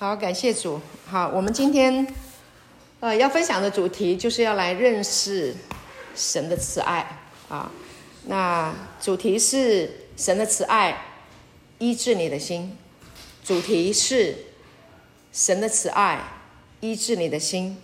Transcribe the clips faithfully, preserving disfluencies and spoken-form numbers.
好，感谢主。好，我们今天呃要分享的主题就是要来认识神的慈爱啊。那主题是神的慈爱医治你的心，主题是神的慈爱医治你的心。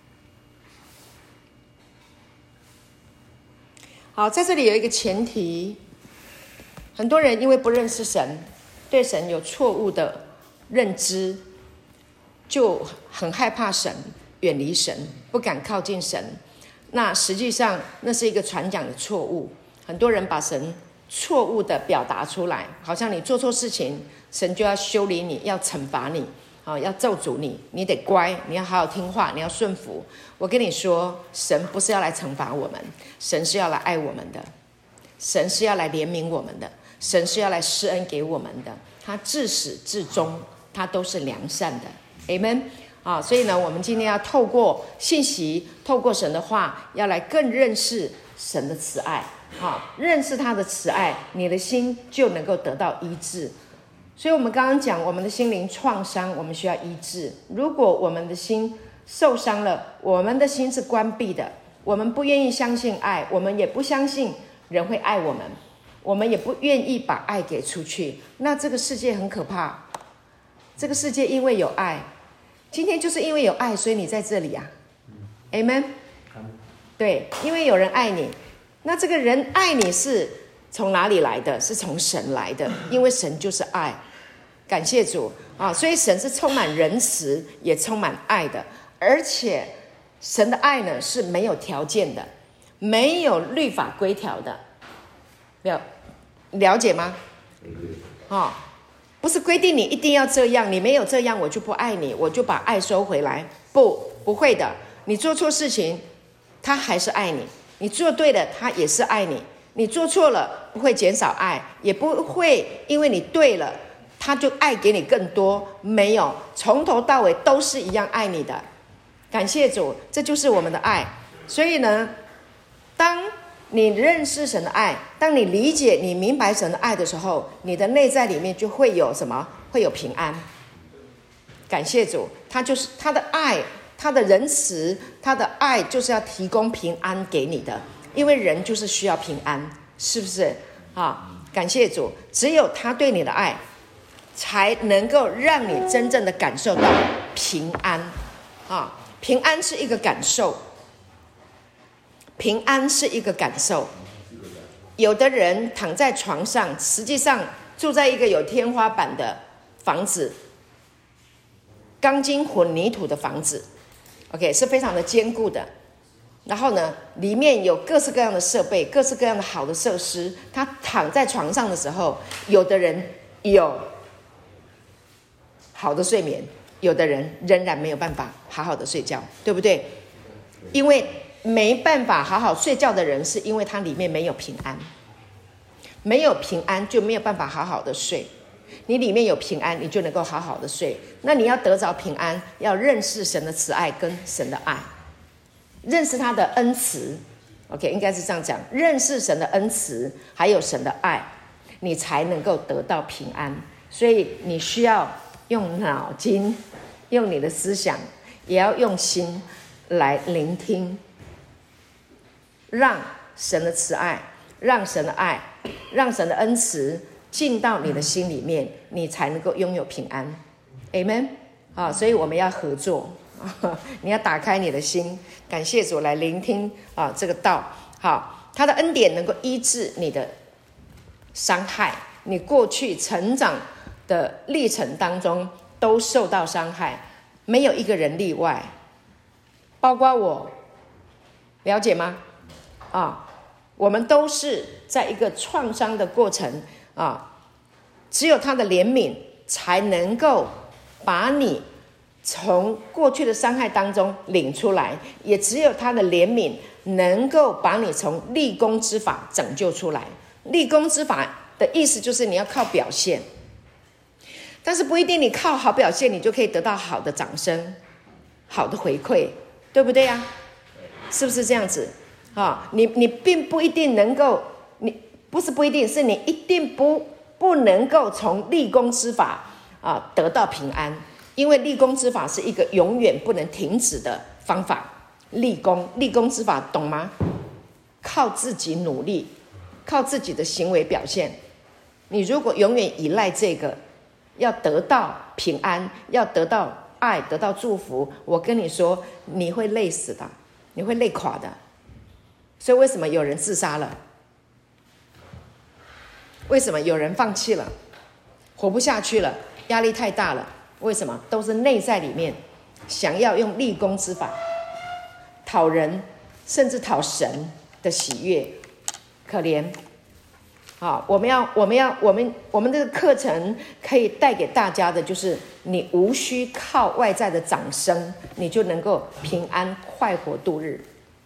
好，在这里有一个前提，很多人因为不认识神，对神有错误的认知，就很害怕神，远离神，不敢靠近神。那实际上那是一个传讲的错误，很多人把神错误的表达出来，好像你做错事情，神就要修理你，要惩罚你，要咒诅你，你得乖，你要好好听话，你要顺服。我跟你说，神不是要来惩罚我们，神是要来爱我们的，神是要来怜悯我们的，神是要来施恩给我们的，他自始至终他都是良善的。 Amen 啊，所以呢，我们今天要透过信息，透过神的话，要来更认识神的慈爱啊，认识他的慈爱，你的心就能够得到医治。所以我们刚刚讲，我们的心灵创伤，我们需要医治。如果我们的心受伤了，我们的心是关闭的，我们不愿意相信爱，我们也不相信人会爱我们，我们也不愿意把爱给出去，那这个世界很可怕。这个世界因为有爱，今天就是因为有爱，所以你在这里啊 Amen 对，因为有人爱你，那这个人爱你是从哪里来的？是从神来的，因为神就是爱。感谢主啊！所以神是充满仁慈，也充满爱的，而且神的爱呢是没有条件的，没有律法规条的，了了解吗？啊，不是规定你一定要这样，你没有这样我就不爱你，我就把爱收回来。不，不会的。你做错事情，他还是爱你；你做对了，他也是爱你。你做错了，不会减少爱，也不会因为你对了，他就爱给你更多。没有，从头到尾都是一样爱你的。感谢主，这就是我们的爱。所以呢，当你认识神的爱，当你理解你明白神的爱的时候，你的内在里面就会有什么？会有平安。感谢主，他就是他的爱，他的仁慈，他的爱就是要提供平安给你的，因为人就是需要平安，是不是啊？感谢主，只有他对你的爱才能够让你真正的感受到平安啊！平安是一个感受，平安是一个感受。有的人躺在床上，实际上住在一个有天花板的房子，钢筋混凝土的房子 OK 是非常的坚固的，然后呢里面有各式各样的设备，各式各样的好的设施。他躺在床上的时候，有的人有好的睡眠，有的人仍然没有办法好好的睡觉，对不对？因为没办法好好睡觉的人，是因为他里面没有平安，没有平安就没有办法好好的睡。你里面有平安，你就能够好好的睡。那你要得着平安，要认识神的慈爱跟神的爱，认识他的恩慈 OK 应该是这样讲，认识神的恩慈还有神的爱，你才能够得到平安。所以你需要用脑筋，用你的思想，也要用心来聆听，让神的慈爱，让神的爱，让神的恩慈进到你的心里面，你才能够拥有平安。 Amen 啊，所以我们要合作，你要打开你的心，感谢主来聆听啊这个道。好，他的恩典能够医治你的伤害，你过去成长的历程当中都受到伤害，没有一个人例外，包括我，了解吗？啊，我们都是在一个创伤的过程啊，只有他的怜悯才能够把你从过去的伤害当中领出来，也只有他的怜悯能够把你从立功之法拯救出来。立功之法的意思就是你要靠表现，但是不一定你靠好表现你就可以得到好的掌声，好的回馈，对不对呀？是不是这样子啊？你你并不一定能够，你不是不一定，是你一定不不能够从立功之法啊得到平安， 因为立功之法是一个永远不能停止的方法。立功，立功之法懂吗？靠自己努力，靠自己的行为表现。你如果永远依赖这个，要得到平安，要得到爱，得到祝福，我跟你说，你会累死的，你会累垮的。所以为什么有人自杀了？为什么有人放弃了？活不下去了，压力太大了。为什么？都是内在里面想要用立功之法讨人，甚至讨神的喜悦。可怜。好，我们要我们要我们我们这个课程可以带给大家的就是你无需靠外在的掌声，你就能够平安快活度日。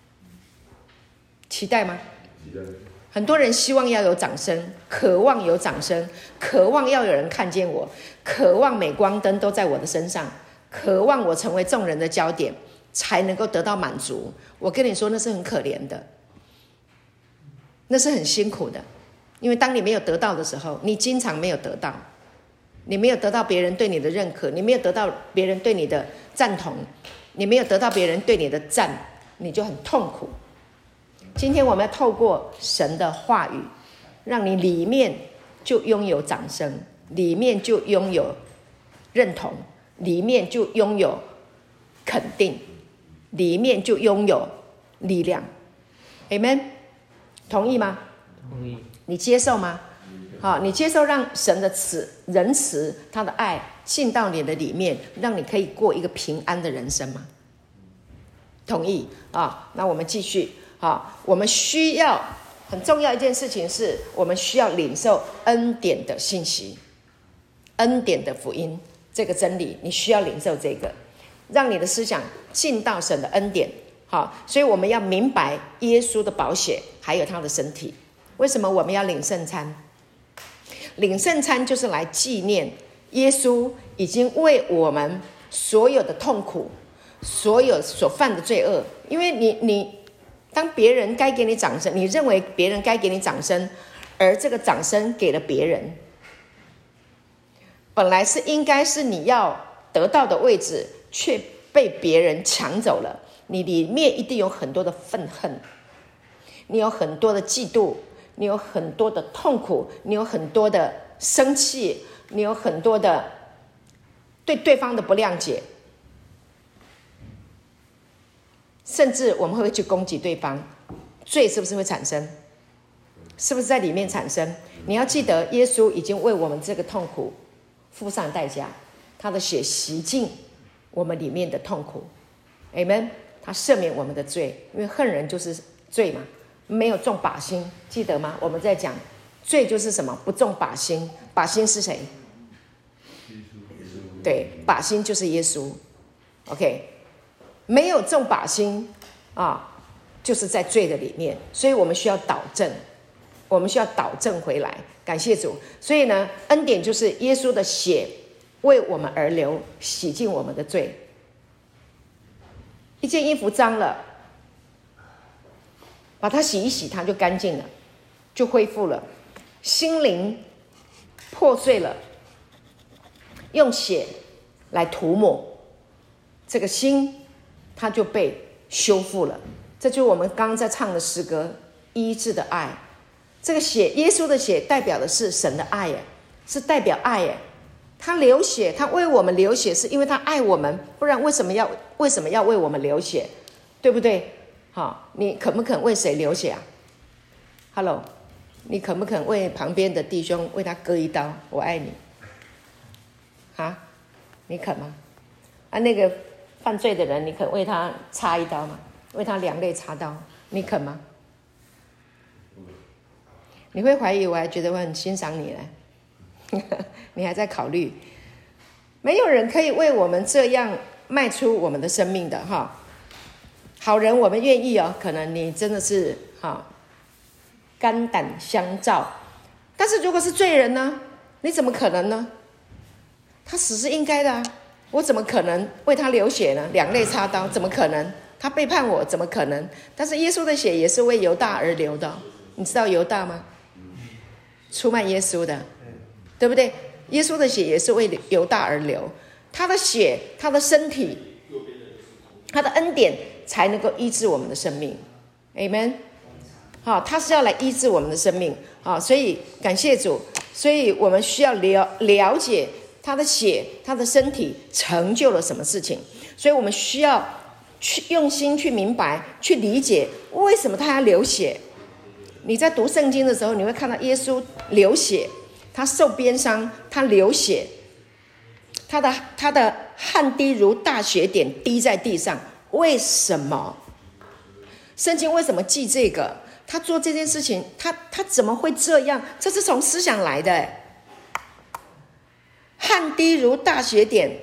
期待吗？期待。很多人希望要有掌声，渴望有掌声，渴望要有人看见我，渴望镁光灯都在我的身上，渴望我成为众人的焦点，才能够得到满足。我跟你说，那是很可怜的，那是很辛苦的。因为当你没有得到的时候，你经常没有得到，你没有得到别人对你的认可，你没有得到别人对你的赞同，你没有得到别人对你的赞，你就很痛苦。今天我们要透过神的话语，让你里面就拥有掌声，里面就拥有认同，里面就拥有肯定，里面就拥有力量。 Amen， 同意吗？同意。你接受吗？好，你接受让神的慈仁慈他的爱进到你的里面，让你可以过一个平安的人生吗？同意啊。那我们继续啊，我们需要很重要一件事情是，我们需要领受恩典的信息，恩典的福音这个真理，你需要领受这个，让你的思想进到神的恩典。好，所以我们要明白耶稣的宝血还有他的身体。为什么我们要领圣餐？领圣餐就是来纪念耶稣已经为我们所有的痛苦，所有所犯的罪恶。因为你你当别人该给你掌声，你认为别人该给你掌声，而这个掌声给了别人，本来是应该是你要得到的位置，却被别人抢走了。你里面一定有很多的愤恨，你有很多的嫉妒，你有很多的痛苦，你有很多的生气，你有很多的对对方的不谅解，甚至我们会去攻击对方。罪是不是会产生？是不是在里面产生？你要记得，耶稣已经为我们这个痛苦付上代价，他的血洗净我们里面的痛苦。 Amen， 他赦免我们的罪，因为恨人就是罪嘛。没有中靶心，记得吗？我们在讲罪就是什么？不中靶心。靶心是谁？对，靶心就是耶稣。 OK， 没有中靶心啊，就是在罪的里面。所以我们需要导正，我们需要导正回来。感谢主。所以呢，恩典就是耶稣的血为我们而流，洗净我们的罪。一件衣服脏了，把它洗一洗，它就干净了，就恢复了。心灵破碎了，用血来涂抹，这个心它就被修复了。这就是我们刚刚在唱的诗歌，医治的爱。这个血，耶稣的血代表的是神的爱耶，是代表爱耶。他流血，他为我们流血，是因为他爱我们，不然为什么要为什么要为我们流血？对不对？好，你肯不肯为谁流血啊 ？Hello， 你肯不肯为旁边的弟兄为他割一刀？我爱你，啊，你肯吗？啊，那个犯罪的人，你肯为他插一刀吗？为他两肋插刀，你肯吗？你会怀疑我还觉得我很欣赏你嘞？你还在考虑？没有人可以为我们这样迈出我们的生命的哈。好人我们愿意哦，可能你真的是哈肝胆相照，但是如果是罪人呢？你怎么可能呢？他死是应该的啊，我怎么可能为他流血呢？两肋插刀怎么可能？他背叛我怎么可能？但是耶稣的血也是为犹大而流的，你知道犹大吗？出卖耶稣的，对不对？耶稣的血也是为犹大而流， 他的血，他的身体，他的恩典才能够医治我们的生命。 Amen。 好，他是要来医治我们的生命。好，所以感谢主，所以我们需要了了解他的血，他的身体成就了什么事情，所以我们需要去用心去明白，去理解为什么他要流血。你在读圣经的时候，你会看到耶稣流血，他受鞭伤，他流血，他的他的汗滴如大雪点滴在地上。为什么？圣经为什么记这个？他做这件事情，他他怎么会这样？这是从思想来的。汗滴如大雪点，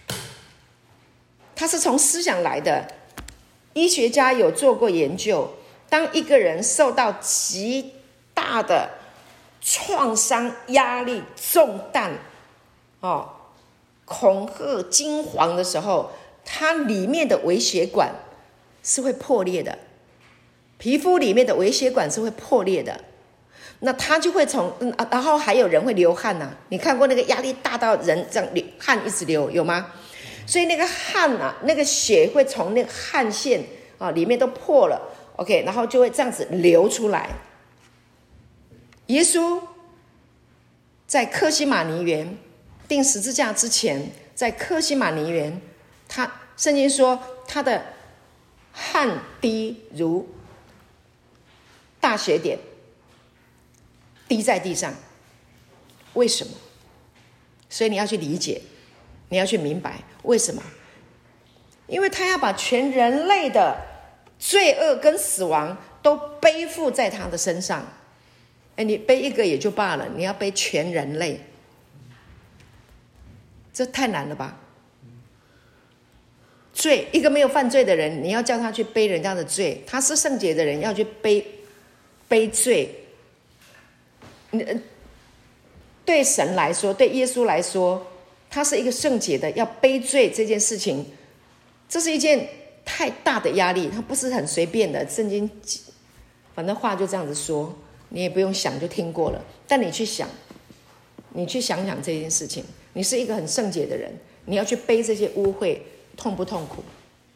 它是从思想来的。医学家有做过研究，当一个人受到极大的创伤、压力、重担、哦、恐吓、惊惶的时候，它里面的微血管是会破裂的，皮肤里面的微血管是会破裂的。那他就会从、嗯啊、然后还有人会流汗啊，你看过那个压力大到人这样流汗一直流有吗？所以那个汗啊，那个血会从那个汗腺啊里面都破了 ，OK， 然后就会这样子流出来。耶稣在客西马尼园钉十字架之前，在客西马尼园，他圣经说他的汗滴如大雪点滴在地上。为什么？所以你要去理解，你要去明白为什么。因为他要把全人类的罪恶跟死亡都背负在他的身上。哎，你背一个也就罢了，你要背全人类，这太难了吧？罪，一个没有犯罪的人，你要叫他去背人家的罪，他是圣洁的人，要去背背罪。对神来说，对耶稣来说，他是一个圣洁的，要背罪这件事情，这是一件太大的压力，他不是很随便的。圣经反正话就这样子说，你也不用想就听过了。但你去想，你去想想这件事情，你是一个很圣洁的人，你要去背这些污秽，痛不痛苦？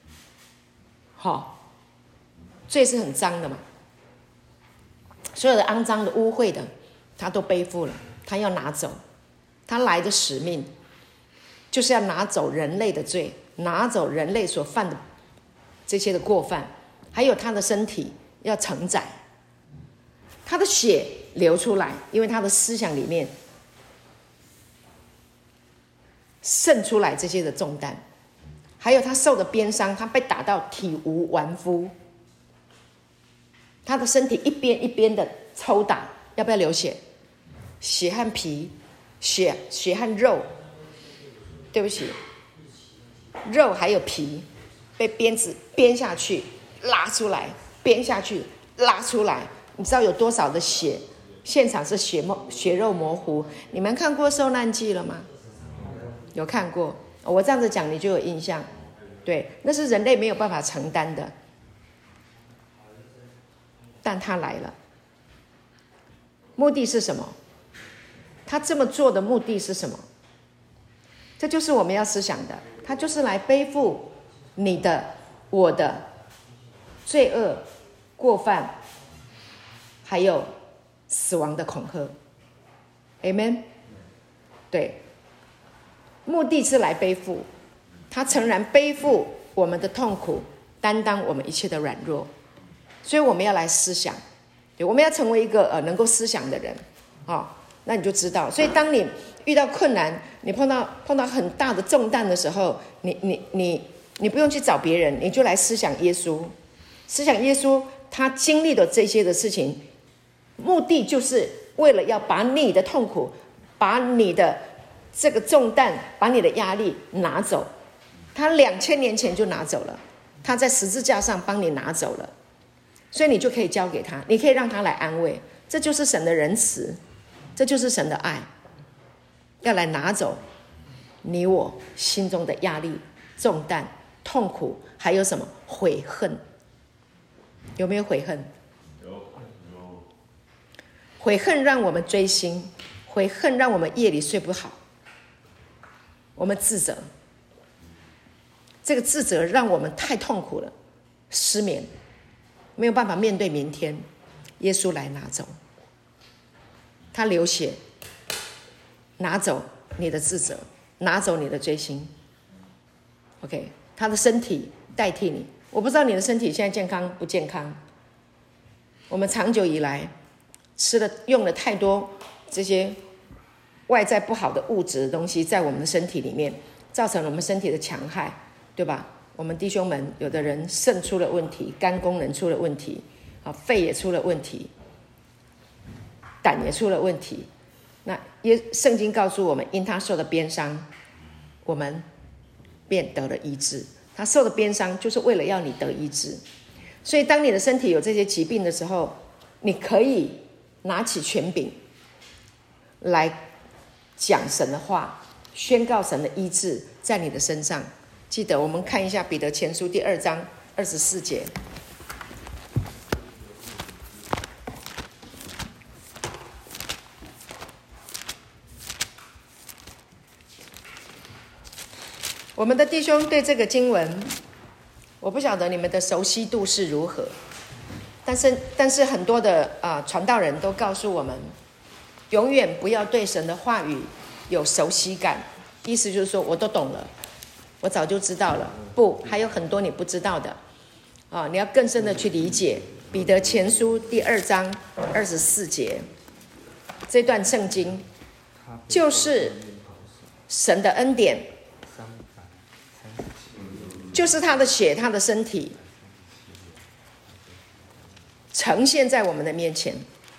好，罪是很脏的嘛，所有的肮脏的污秽的他都背负了，他要拿走。他来的使命就是要拿走人类的罪，拿走人类所犯的这些的过犯，还有他的身体要承载，他的血流出来，因为他的思想里面渗出来这些的重担，还有他受的鞭伤，他被打到体无完肤，他的身体一边一边的抽打，要不要流血？血和皮，血血和肉，对不起，肉还有皮被鞭子鞭下去，拉出来，鞭下去，拉出来，你知道有多少的血？现场是血血肉模糊。你们看过受难记了吗？有看过，我这样子讲你就有印象。对，那是人类没有办法承担的，但他来了，目的是什么？他这么做的目的是什么？这就是我们要思想的。他就是来背负你的、我的罪恶、过犯，还有死亡的恐吓。 Amen。 对，目的是来背负，他诚然背负我们的痛苦，担当我们一切的软弱。所以我们要来思想，对，我们要成为一个呃能够思想的人啊、哦，那你就知道。所以当你遇到困难，你碰到碰到很大的重担的时候，你你你你不用去找别人，你就来思想耶稣，思想耶稣他经历的这些的事情，目的就是为了要把你的痛苦，把你的这个重担，把你的压力拿走。他两千年前就拿走了，他在十字架上帮你拿走了，所以你就可以交给他，你可以让他来安慰。这就是神的仁慈，这就是神的爱，要来拿走你我心中的压力、重担、痛苦，还有什么悔恨？有没有悔恨？有，有。悔恨让我们追星，悔恨让我们夜里睡不好，我们自责， 这个自责让我们太痛苦了，失眠，没有办法面对明天。耶稣来拿走，他流血拿走你的自责，拿走你的罪心。 OK， 他的身体代替你。我不知道你的身体现在健康不健康。我们长久以来吃了用了太多这些外在不好的物质的东西在我们的身体里面，造成了我们身体的强害，对吧？我们弟兄们有的人肾出了问题，肝功能出了问题，肺也出了问题，胆也出了问题。那耶圣经告诉我们，因他受的鞭伤，我们便得了医治。他受的鞭伤就是为了要你得医治。所以当你的身体有这些疾病的时候，你可以拿起权柄来讲神的话，宣告神的医治在你的身上。记得我们看一下彼得前书第二章二十四节。我们的弟兄对这个经文，我不晓得你们的熟悉度是如何，但是但是很多的啊、呃、传道人都告诉我们，永远不要对神的话语有熟悉感，意思就是说我都懂了，我早就知道了。不，还有很多你不知道的啊，你要更深的去理解。彼得前书第二章二十四节，这段圣经就是神的恩典，就是他的血，他的身体呈现在我们的面前。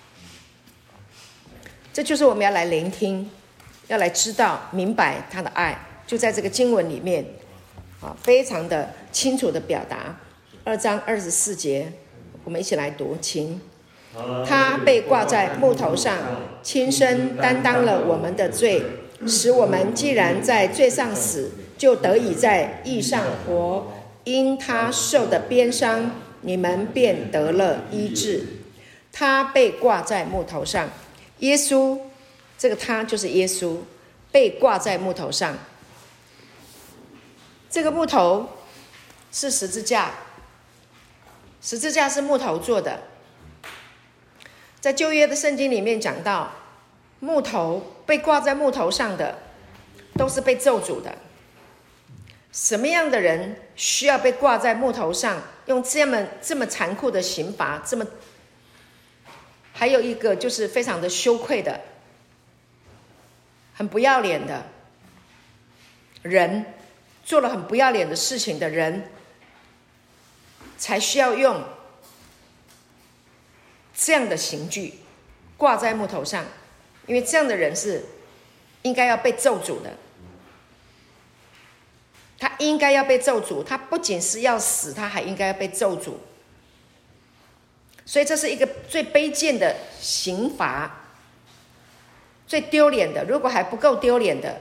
这就是我们要来聆听，要来知道明白他的爱，就在这个经文里面啊，非常的清楚的表达。二章二十四节，我们一起来读，请。他被挂在木头上，亲身担当了我们的罪，使我们既然在罪上死，就得以在义上活。因他受的鞭伤，你们便得了医治。他被挂在木头上，耶稣，这个他就是耶稣，被挂在木头上。这个木头是十字架，十字架是木头做的。在旧约的圣经里面讲到，木头被挂在木头上的都是被咒诅的。什么样的人需要被挂在木头上，用这么这么残酷的刑罚，这么还有一个就是非常的羞愧的，很不要脸的人，做了很不要脸的事情的人，才需要用这样的刑具挂在木头上，因为这样的人是应该要被咒诅的。他应该要被咒诅，他不仅是要死，他还应该要被咒诅。所以这是一个最卑贱的刑罚，最丢脸的。如果还不够丢脸的，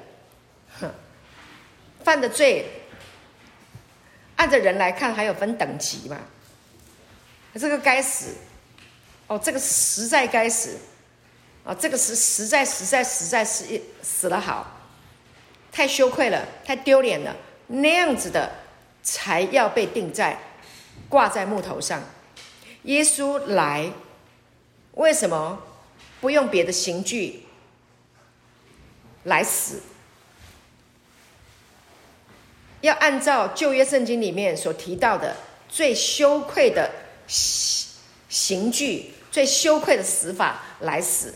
犯的罪按着人来看还有分等级嘛，这个该死哦，这个实在该死啊、哦，这个是实在实在实在是死了好，太羞愧了，太丢脸了。那样子的才要被钉在挂在木头上。耶稣来，为什么不用别的刑具来死？要按照旧约圣经里面所提到的最羞愧的刑具、最羞愧的死法来死。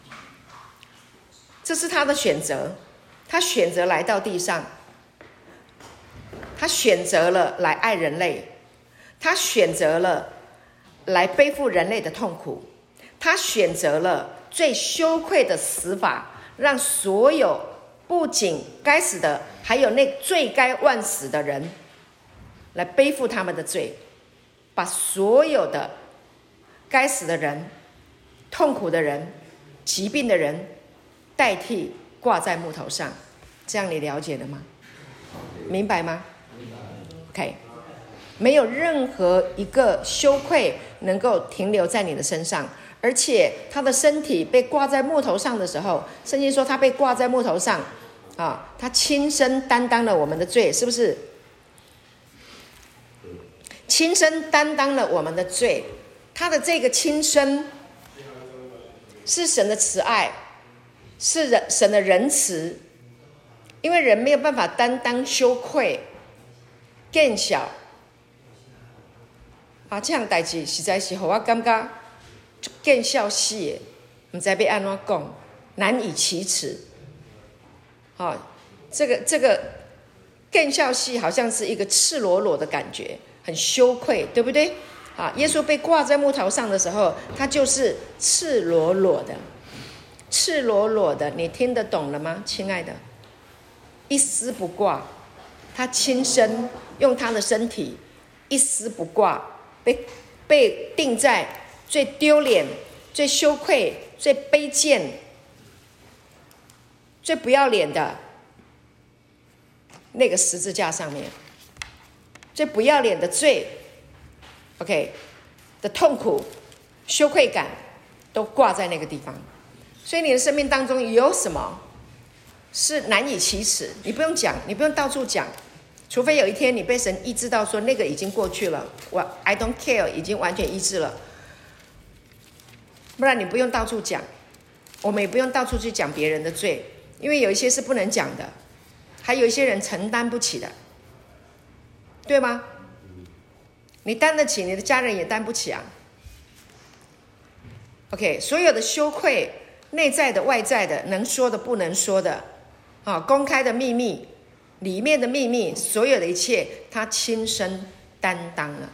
这是他的选择，他选择来到地上，他选择了来爱人类，他选择了来背负人类的痛苦，他选择了最羞愧的死法，让所有不仅该死的，还有那最该万死的人来背负他们的罪，把所有的该死的人、痛苦的人、疾病的人代替挂在木头上。这样你了解了吗？明白吗？ OK， 没有任何一个羞愧能够停留在你的身上，而且他的身体被挂在木头上的时候，圣经说他被挂在木头上啊，他亲身担当了我们的罪，是不是？ 亲身担当了我们的罪。他的这个亲身是神的慈爱，是人神的仁慈，因为人没有办法担当羞愧更小啊，这样代志实在是让我感觉更笑死的，不知道要怎么讲，难以启齿。哦，这个这个更笑死好像是一个赤裸裸的感觉，很羞愧，对不对？啊，耶稣被挂在木头上的时候，他就是赤裸裸的，赤裸裸的，你听得懂了吗，亲爱的？一丝不挂，他亲身用他的身体一丝不挂，被被钉在最丢脸、最羞愧、最卑贱、最不要脸的那个十字架上面，最不要脸的罪 OK 的痛苦、羞愧感都挂在那个地方。所以你的生命当中有什么是难以启齿？你不用讲，你不用到处讲，除非有一天你被神医治到说那个已经过去了，我 I don't care 已经完全医治了，不然你不用到处讲。我们也不用到处去讲别人的罪，因为有一些是不能讲的，还有一些人承担不起的，对吗？你担得起，你的家人也担不起啊。 OK， 所有的羞愧，内在的外在的，能说的不能说的，啊，公开的秘密，里面的秘密，所有的一切他亲身担当了，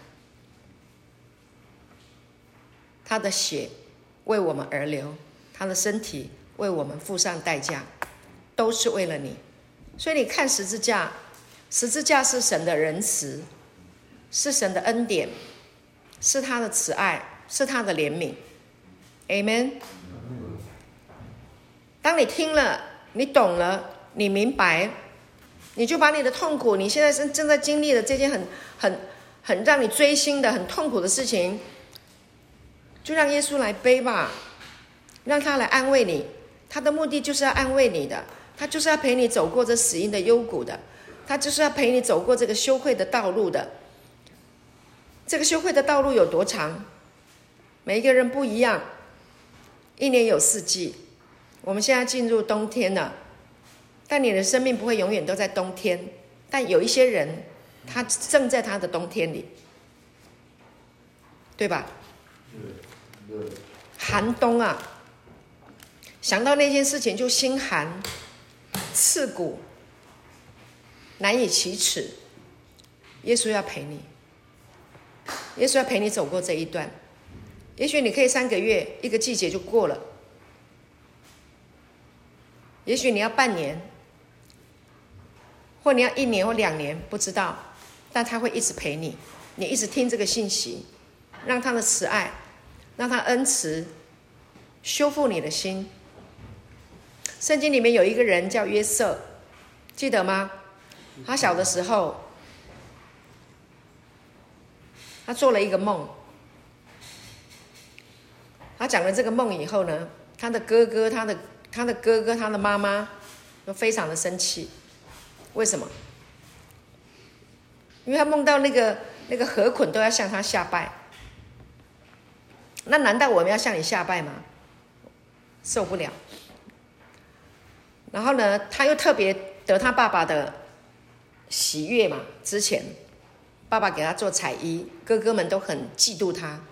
他的血为我们而流，他的身体为我们付上代价，都是为了你。所以你看十字架，十字架是神的仁慈，是神的恩典，是他的慈爱，是他的怜悯。 Amen。 当你听了，你懂了，你明白，你就把你的痛苦，你现在正在经历的这件很很很让你锥心的很痛苦的事情，就让耶稣来背吧，让他来安慰你。他的目的就是要安慰你的，他就是要陪你走过这死荫的幽谷的，他就是要陪你走过这个羞愧的道路的。这个羞愧的道路有多长？每一个人不一样。一年有四季，我们现在进入冬天了，但你的生命不会永远都在冬天，但有一些人他正在他的冬天里，对吧？寒冬啊，想到那件事情就心寒刺骨，难以启齿。耶稣要陪你，耶稣要陪你走过这一段。也许你可以三个月一个季节就过了，也许你要半年，或你要一年或两年，不知道，但他会一直陪你，你一直听这个信息，让他的慈爱，让他恩慈修复你的心。圣经里面有一个人叫约瑟，记得吗？他小的时候，他做了一个梦。他讲了这个梦以后呢，他的哥哥、他的他的哥哥、他的妈妈都非常的生气。为什么？因为他梦到那个那个河捆都要向他下拜。那难道我们要向你下拜吗？受不了。然后呢，他又特别得他爸爸的喜悦嘛。之前爸爸给他做彩衣，哥哥们都很嫉妒他。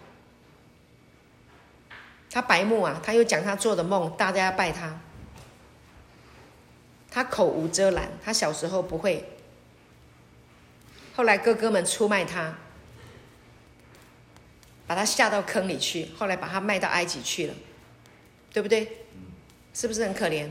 他白目啊，他又讲他做的梦，大家要拜他。他口无遮拦，他小时候不会。后来哥哥们出卖他，把他下到坑里去，后来把他卖到埃及去了，对不对？是不是很可怜？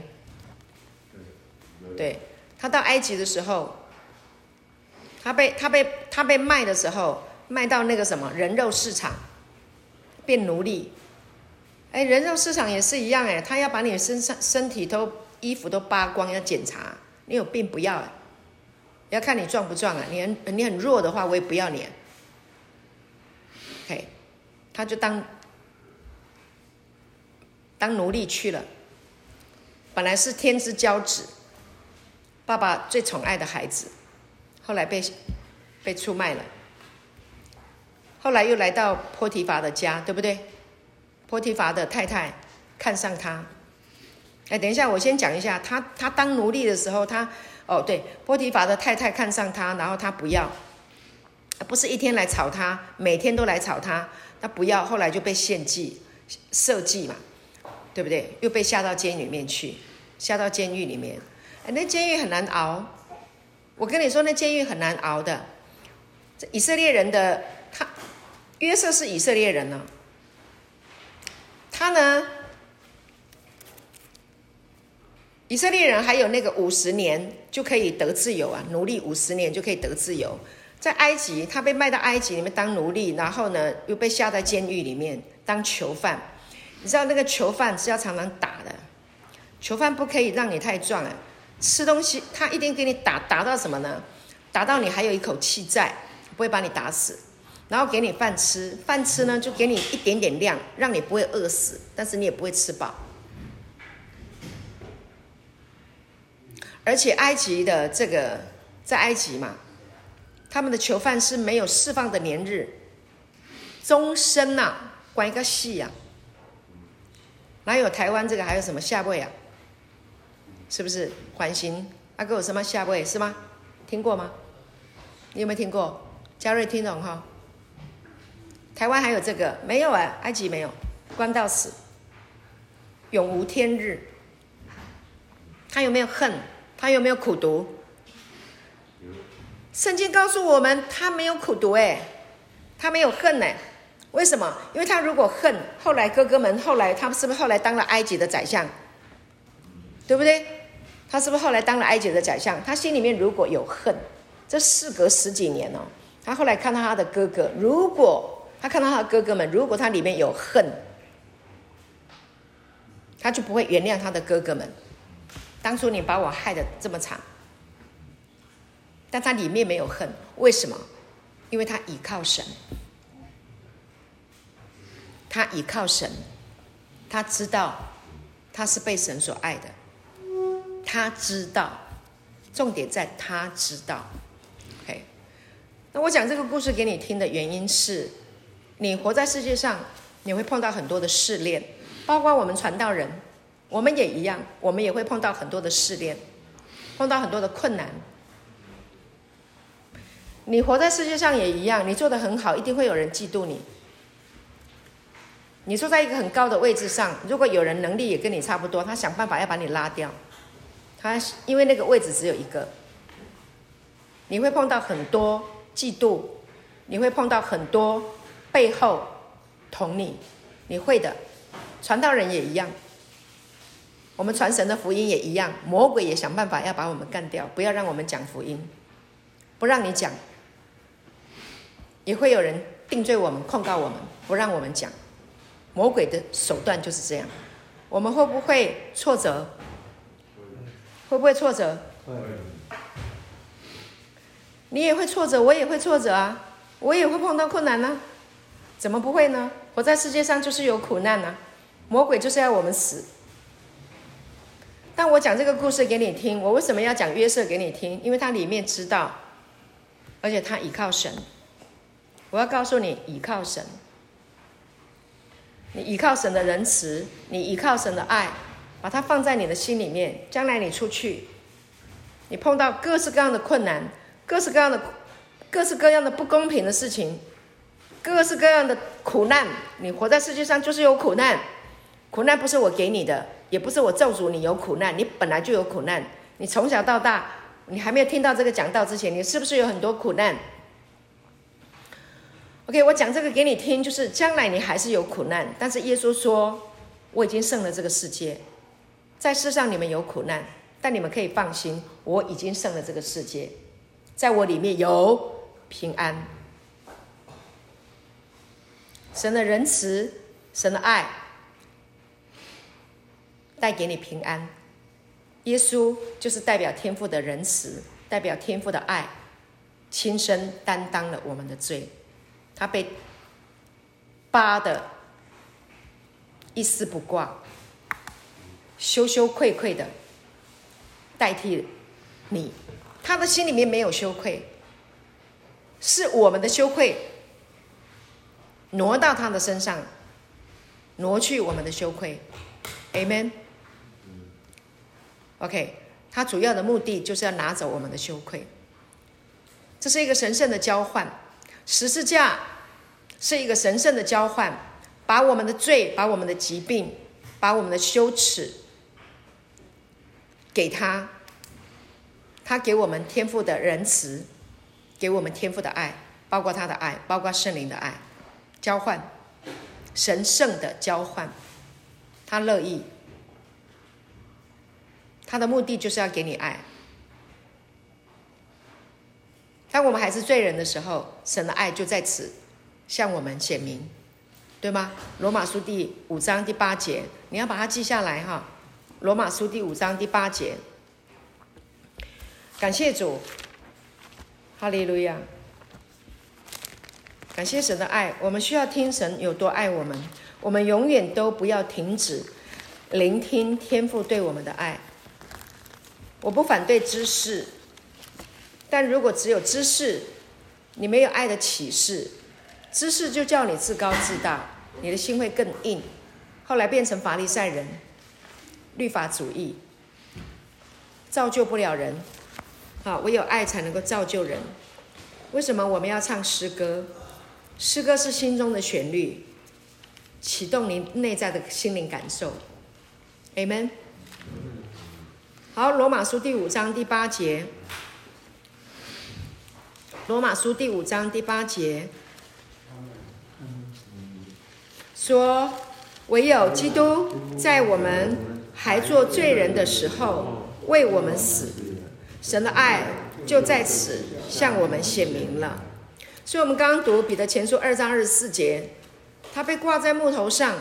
对，他到埃及的时候，他被他被他被卖的时候，卖到那个什么人肉市场，变奴隶。哎，人肉市场也是一样哎，他要把你身上身体都衣服都扒光，要检查你有病不要哎，要看你壮不壮啊，你很你很弱的话，我也不要你。OK， 他就当当奴隶去了。本来是天之骄子，爸爸最宠爱的孩子，后来被被出卖了。 后来又来到波提乏的家，对不对？波提乏的太太看上他。哎，等一下，我先讲一下，他他当奴隶的时候，他哦对，波提乏的太太看上他，然后他不要，不是一天来吵他，每天都来吵他，他不要，后来就被献祭、设计嘛，对不对？又被下到监狱里面去，下到监狱里面，哎，那监狱很难熬。我跟你说，那监狱很难熬的。以色列人的他，约瑟是以色列人呢、啊，他呢？以色列人还有那个五十年就可以得自由啊，奴隶五十年就可以得自由。在埃及，他被卖到埃及里面当奴隶，然后呢又被下在监狱里面当囚犯。你知道那个囚犯是要常常打的，囚犯不可以让你太壮啊，吃东西他一定给你打，打到什么呢？打到你还有一口气在，不会把你打死。然后给你饭吃，饭吃呢就给你一点点量，让你不会饿死，但是你也不会吃饱。而且埃及的这个，在埃及嘛，他们的囚犯是没有释放的年日，终身呐、啊，关一个戏啊。哪有台湾这个还有什么下位啊？是不是缓刑？阿哥有什么下位是吗？听过吗？你有没有听过？嘉瑞听懂哈？台湾还有这个没有啊？埃及没有，关到死，永无天日。他有没有恨？他有没有苦毒？圣经告诉我们，他没有苦毒哎，他没有恨哎。为什么？因为他如果恨，后来哥哥们后来他是不是后来当了埃及的宰相？对不对？他是不是后来当了埃及的宰相？他心里面如果有恨，这事隔十几年哦，他后来看到他的哥哥，如果他看到他的哥哥们，如果他里面有恨，他就不会原谅他的哥哥们。当初你把我害得这么惨，但他里面没有恨，为什么？因为他倚靠神，他倚靠神，他知道他是被神所爱的，他知道，重点在他知道。OK， 那我讲这个故事给你听的原因是，你活在世界上，你会碰到很多的试炼，包括我们传道人。我们也一样，我们也会碰到很多的试炼，碰到很多的困难。你活在世界上也一样，你做得很好，一定会有人嫉妒你。你坐在一个很高的位置上，如果有人能力也跟你差不多，他想办法要把你拉掉。他因为那个位置只有一个，你会碰到很多嫉妒，你会碰到很多背后捅你，你会的。传道人也一样。我们传神的福音也一样，魔鬼也想办法要把我们干掉，不要让我们讲福音，不让你讲，也会有人定罪我们、控告我们，不让我们讲。魔鬼的手段就是这样。我们会不会挫折？会不会挫折？会。你也会挫折，我也会挫折啊，我也会碰到困难啊，怎么不会呢？活在世界上就是有苦难啊，魔鬼就是要我们死。但我讲这个故事给你听，我为什么要讲约瑟给你听？因为他里面知道，而且他倚靠神。我要告诉你，倚靠神，你倚靠神的仁慈，你倚靠神的爱，把它放在你的心里面。将来你出去，你碰到各式各样的困难，各式各样的各式各样的不公平的事情，各式各样的苦难，你活在世界上就是有苦难。苦难不是我给你的，也不是我咒诅你有苦难，你本来就有苦难。你从小到大，你还没有听到这个讲道之前，你是不是有很多苦难 ？OK， 我讲这个给你听，就是将来你还是有苦难，但是耶稣说，我已经胜了这个世界。在世上你们有苦难，但你们可以放心，我已经胜了这个世界，在我里面有平安。神的仁慈，神的爱，带给你平安。耶稣就是代表天父的仁慈，代表天父的爱，亲身担当了我们的罪。他被扒的一丝不挂，羞羞愧愧的代替你。他的心里面没有羞愧，是我们的羞愧挪到他的身上，挪去我们的羞愧。 Amen。 OK， 他主要的目的就是要拿走我们的羞愧。这是一个神圣的交换，十字架是一个神圣的交换，把我们的罪，把我们的疾病，把我们的羞耻给他，他给我们天父的仁慈，给我们天父的爱，包括他的爱，包括圣灵的爱，交换，神圣的交换，他乐意，他的目的就是要给你爱。当我们还是罪人的时候，神的爱就在此向我们显明，对吗？罗马书第五章第八节，你要把它记下来哈。罗马书第五章第八节，感谢主，哈利路亚！感谢神的爱，我们需要听神有多爱我们，我们永远都不要停止聆听天父对我们的爱。我不反对知识，但如果只有知识，你没有爱的启示，知识就叫你自高自大，你的心会更硬，后来变成法利赛人，律法主义，造就不了人。好，唯有爱才能够造就人。为什么我们要唱诗歌？诗歌是心中的旋律，启动你内在的心灵感受。 Amen。 好，罗马书第五章第八节，罗马书第五章第八节说，唯有基督在我们还做罪人的时候为我们死，神的爱就在此向我们显明了。所以我们刚刚读彼得前书二章二十四节，他被挂在木头上，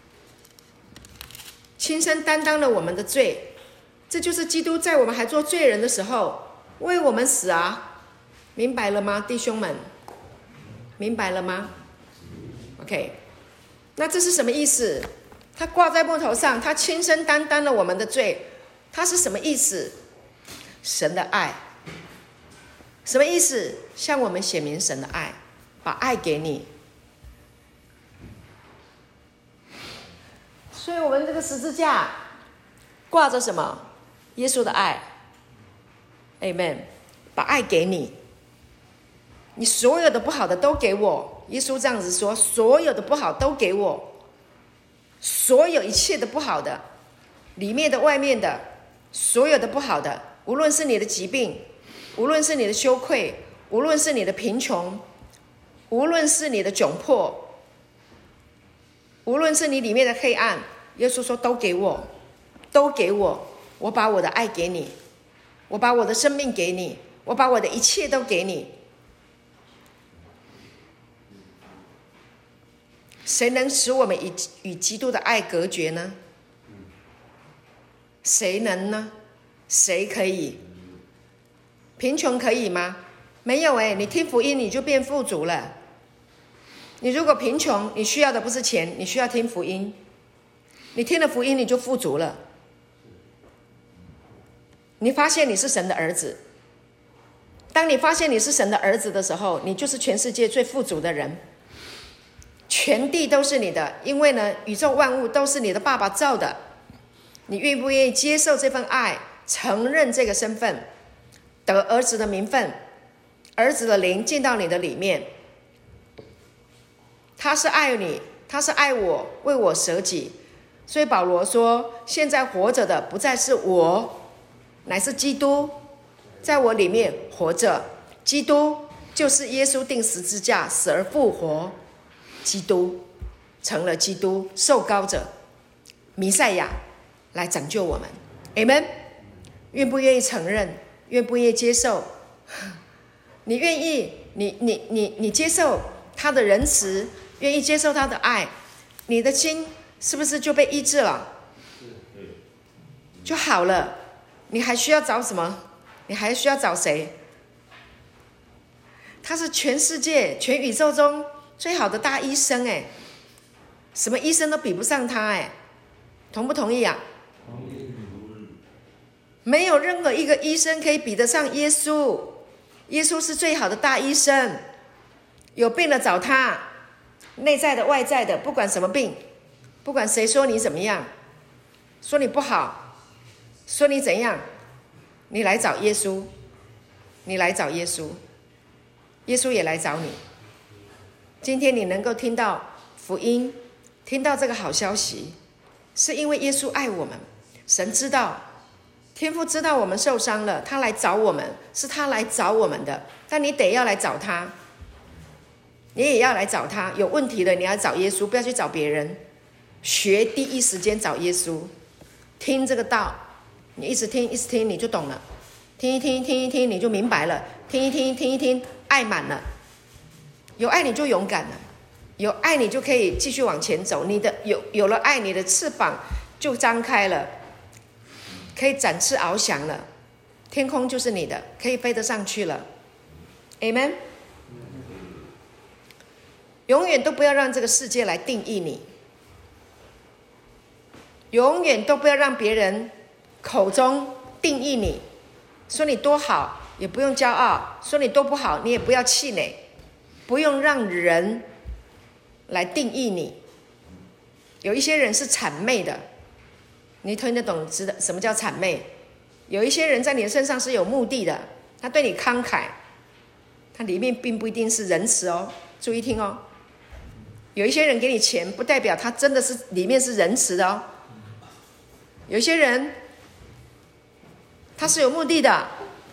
亲身担当了我们的罪，这就是基督在我们还做罪人的时候为我们死啊！明白了吗，弟兄们？明白了吗 ？OK， 那这是什么意思？他挂在木头上，他亲身担当了我们的罪，他是什么意思？神的爱，什么意思？向我们显明神的爱，把爱给你。所以我们这个十字架挂着什么？耶稣的爱 ，Amen， 把爱给你，你所有的不好的都给我。耶稣这样子说，所有的不好都给我，所有一切的不好的，里面的外面的，所有的不好的，无论是你的疾病，无论是你的羞愧，无论是你的贫穷，无论是你的窘迫，无论是你里面的黑暗，耶稣说都给我，都给我，我把我的爱给你，我把我的生命给你，我把我的一切都给你。谁能使我们与与基督的爱隔绝呢？谁能呢？谁可以？贫穷可以吗？没有诶，你听福音你就变富足了。你如果贫穷，你需要的不是钱，你需要听福音。你听了福音，你就富足了。你发现你是神的儿子。当你发现你是神的儿子的时候，你就是全世界最富足的人。全地都是你的，因为呢，宇宙万物都是你的爸爸造的。你愿不愿意接受这份爱，承认这个身份，得儿子的名分，儿子的灵进到你的里面？他是爱你，他是爱我，为我舍己。所以保罗说，现在活着的不再是我，乃是基督在我里面活着。基督就是耶稣钉十字架死而复活，基督成了基督受膏者弥赛亚来拯救我们。 Amen。 愿不愿意承认？愿不愿意接受？你愿意，你你你你接受他的仁慈，愿意接受他的爱，你的心是不是就被医治了？就好了。你还需要找什么？你还需要找谁？他是全世界全宇宙中最好的大医生哎，什么医生都比不上他哎，同不同意啊？没有任何一个医生可以比得上耶稣。耶稣是最好的大医生，有病了找他， 内在的、外在的，不管什么病，不管谁说你怎么样，说你不好，说你怎样，你来找耶稣，你来找耶稣，耶稣也来找你。今天你能够听到福音，听到这个好消息，是因为耶稣爱我们。神知道，天父知道我们受伤了，他来找我们，是他来找我们的。但你得要来找他，你也要来找他。有问题了，你要找耶稣，不要去找别人。学第一时间找耶稣，听这个道，你一直听，一直听，你就懂了。听一听，听一听，你就明白了。听一听，听一听，爱满了。有爱你就勇敢了，有爱你就可以继续往前走。你的有有了爱，你的翅膀就张开了，可以展翅翱翔了。天空就是你的，可以飞得上去了。Amen。永远都不要让这个世界来定义你，永远都不要让别人口中定义你，说你多好也不用骄傲，说你多不好你也不要气馁。不用让人来定义你。有一些人是谄媚的，你听得懂知道什么叫谄媚？有一些人在你的身上是有目的的，他对你慷慨，他里面并不一定是仁慈哦，注意听哦。有一些人给你钱，不代表他真的是里面是仁慈的哦。有一些人他是有目的的，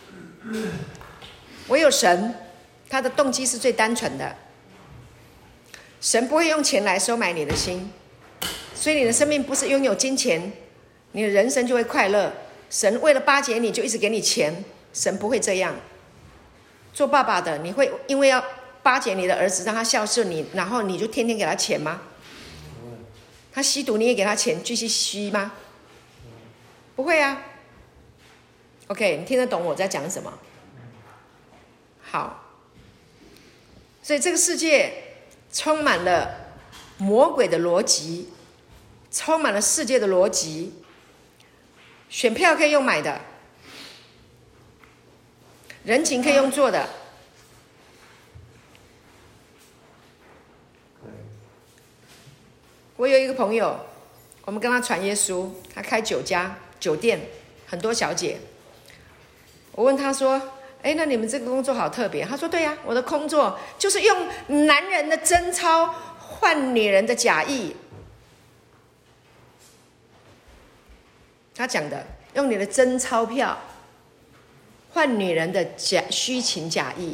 唯有神他的动机是最单纯的，神不会用钱来收买你的心，所以你的生命不是拥有金钱，你的人生就会快乐。神为了巴结你就一直给你钱，神不会这样。做爸爸的，你会因为要巴结你的儿子，让他孝顺你，然后你就天天给他钱吗？他吸毒你也给他钱继续吸吗？不会啊。 OK， 你听得懂我在讲什么？好，所以这个世界充满了魔鬼的逻辑，充满了世界的逻辑。选票可以用买的，人情可以用做的。我有一个朋友，我们跟他传耶稣，他开酒家酒店，很多小姐。我问他说：“哎，那你们这个工作好特别。”他说：“对呀、啊，我的工作就是用男人的贞操换女人的假意。”他讲的，用你的真钞票换女人的假虚情假意。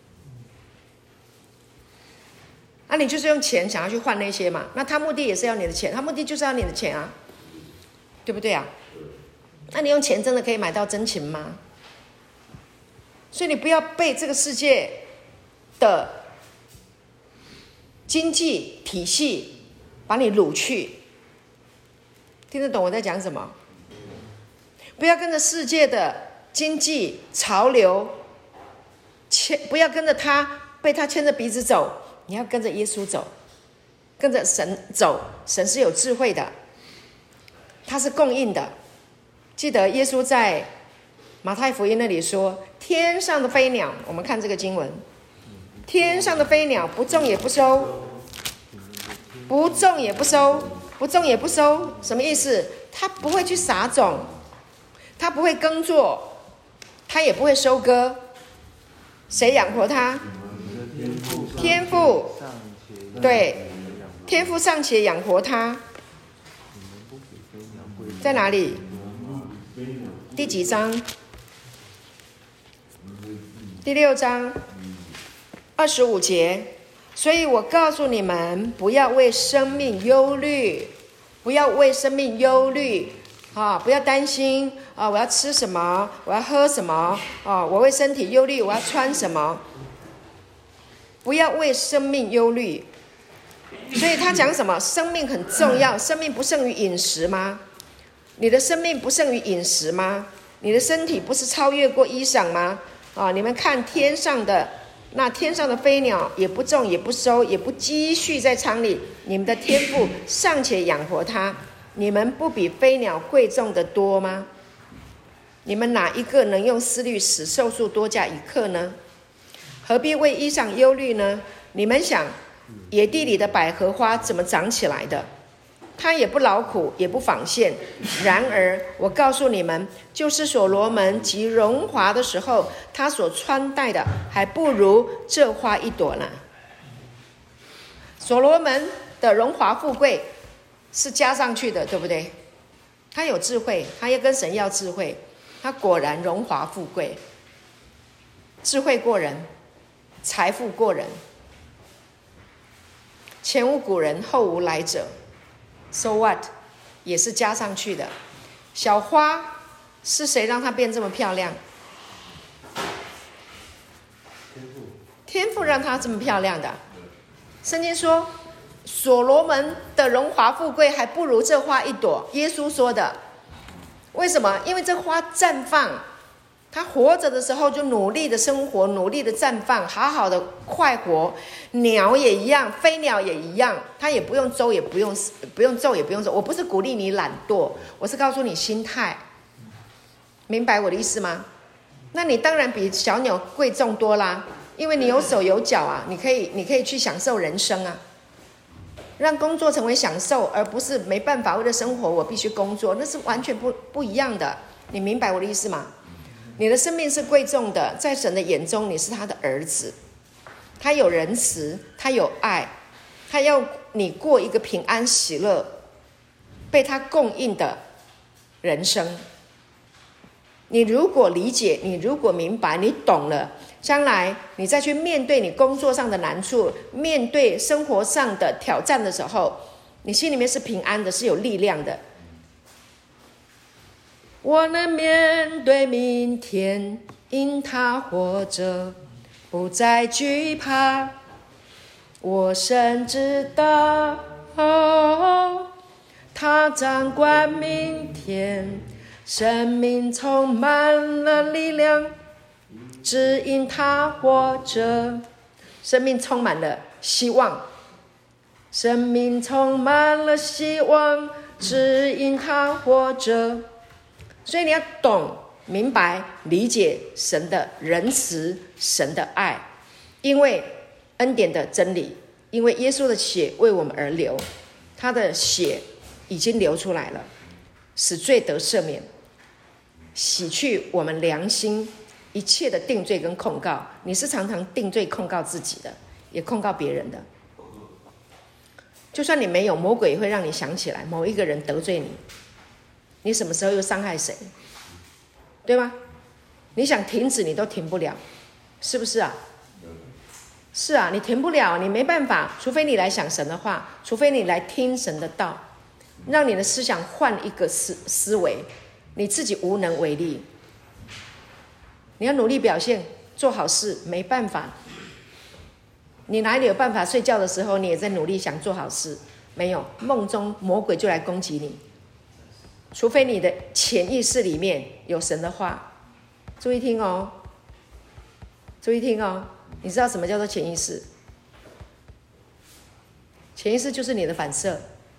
那、啊、你就是用钱想要去换那些嘛？那他目的也是要你的钱，他目的就是要你的钱啊，对不对啊？那你用钱真的可以买到真情吗？所以你不要被这个世界的经济体系把你掳去，听得懂我在讲什么？不要跟着世界的经济潮流牵，不要跟着他被他牵着鼻子走，你要跟着耶稣走，跟着神走。神是有智慧的，他是供应的。记得耶稣在马太福音那里说，天上的飞鸟，我们看这个经文，天上的飞鸟不种也不收，不种也不收，不种也不收，什么意思？他不会去撒种，他不会耕作，他也不会收割，谁养活他？天父，对，天父尚且养活他，在哪里？第几章？第六章二十五节。所以我告诉你们，不要为生命忧虑，不要为生命忧虑啊！不要担心啊！我要吃什么？我要喝什么？啊！我为身体忧虑，我要穿什么？不要为生命忧虑。所以他讲什么？生命很重要，生命不胜于饮食吗？你的生命不胜于饮食吗？你的身体不是超越过衣裳吗？啊！你们看天上的那天上的飞鸟，也不种也不收也不积蓄在仓里，你们的天父尚且养活它，你们不比飞鸟贵重的多吗？你们哪一个能用思虑使寿数多加一刻呢？何必为衣裳忧虑呢？你们想， 野地里的百合花怎么长起来的？它也不劳苦，也不纺线。然而我告诉你们，就是所罗门极荣华的时候，他所穿戴的还不如这花一朵呢。所罗门的荣华富贵是加上去的，对不对？他有智慧，他要跟神要智慧，他果然荣华富贵，智慧过人，财富过人，前无古人后无来者。So what？ 也是加上去的。小花是谁让它变这么漂亮？天父，天父让它这么漂亮的。圣经说，所罗门的荣华富贵还不如这花一朵。耶稣说的。为什么？因为这花绽放，他活着的时候就努力的生活，努力的绽放，好好的快活。鸟也一样，飞鸟也一样，他也不用周，也不用不用皱，也不用皱。我不是鼓励你懒惰，我是告诉你心态，明白我的意思吗？那你当然比小鸟贵重多啦，因为你有手有脚啊，你可以你可以去享受人生啊，让工作成为享受，而不是没办法为了生活我必须工作，那是完全不不一样的。你明白我的意思吗？你的生命是贵重的，在神的眼中你是他的儿子，他有仁慈，他有爱，他要你过一个平安喜乐被他供应的人生。你如果理解，你如果明白，你懂了，将来你再去面对你工作上的难处，面对生活上的挑战的时候，你心里面是平安的，是有力量的。我能面对明天，因他活着，不再惧怕。我深知道，哦，他掌管明天，生命充满了力量，只因他活着。生命充满了希望，生命充满了希望，只因他活着。所以你要懂、明白、理解神的仁慈、神的爱，因为恩典的真理，因为耶稣的血为我们而流，他的血已经流出来了，使罪得赦免，洗去我们良心一切的定罪跟控告。你是常常定罪控告自己的，也控告别人的。就算你没有，魔鬼也会让你想起来某一个人得罪你，你什么时候又伤害谁，对吗？你想停止你都停不了，是不是啊？是啊，你停不了，你没办法，除非你来想神的话，除非你来听神的道，让你的思想换一个思思维，你自己无能为力。你要努力表现，做好事，没办法。你哪里有办法？睡觉的时候你也在努力想做好事，没有，梦中魔鬼就来攻击你。除非你的潜意识里面有神的话，注意听哦，注意听哦。你知道什么叫做潜意识？潜意识就是你的反射。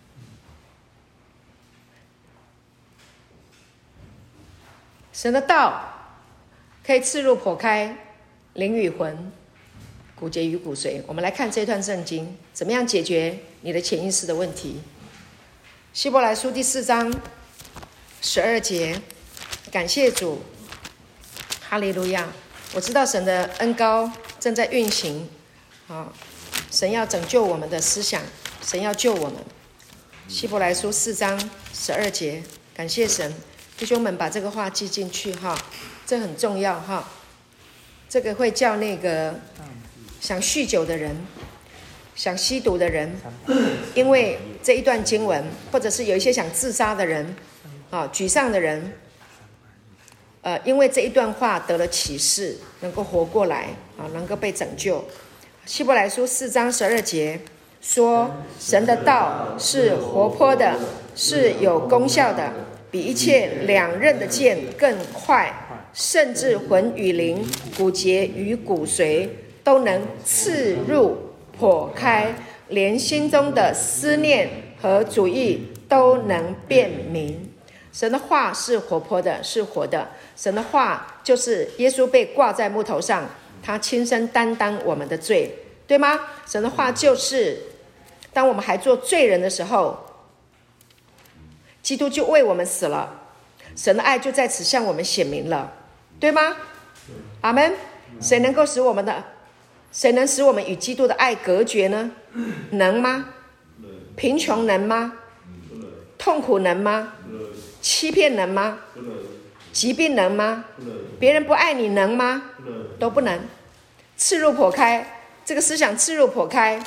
神的道可以刺入剖开灵与魂，骨节与骨髓。我们来看这段圣经，怎么样解决你的潜意识的问题。希伯来书第四章十二节，感谢主，哈利路亚！我知道神的恩膏正在运行，啊，神要拯救我们的思想，神要救我们。希伯来书四章十二节，感谢神，弟兄们把这个话记进去哈，这很重要哈。这个会叫那个想酗酒的人、想吸毒的人，因为这一段经文，或者是有一些想自杀的人。啊，沮丧的人，呃，因为这一段话得了启示，能够活过来，啊，能够被拯救。希伯来书四章十二节说，神的道是活泼的，是有功效的，比一切两刃的剑更快，甚至魂与灵、骨节与骨髓都能刺入、剖开，连心中的思念和主意都能辨明。神的话是活泼的，是活的。神的话就是耶稣被挂在木头上，他亲身担当我们的罪， 对吗？神的话就是，当我们还做罪人的时候，基督就为我们死了，神的爱就在此向我们显明了，对吗？阿们。谁能够使我们的，谁能使我们与基督的爱隔绝呢？能吗？贫穷能吗？痛苦能吗？欺骗能吗？疾病能吗？别人不爱你能吗？都不能。刺入剖开，这个思想刺入剖开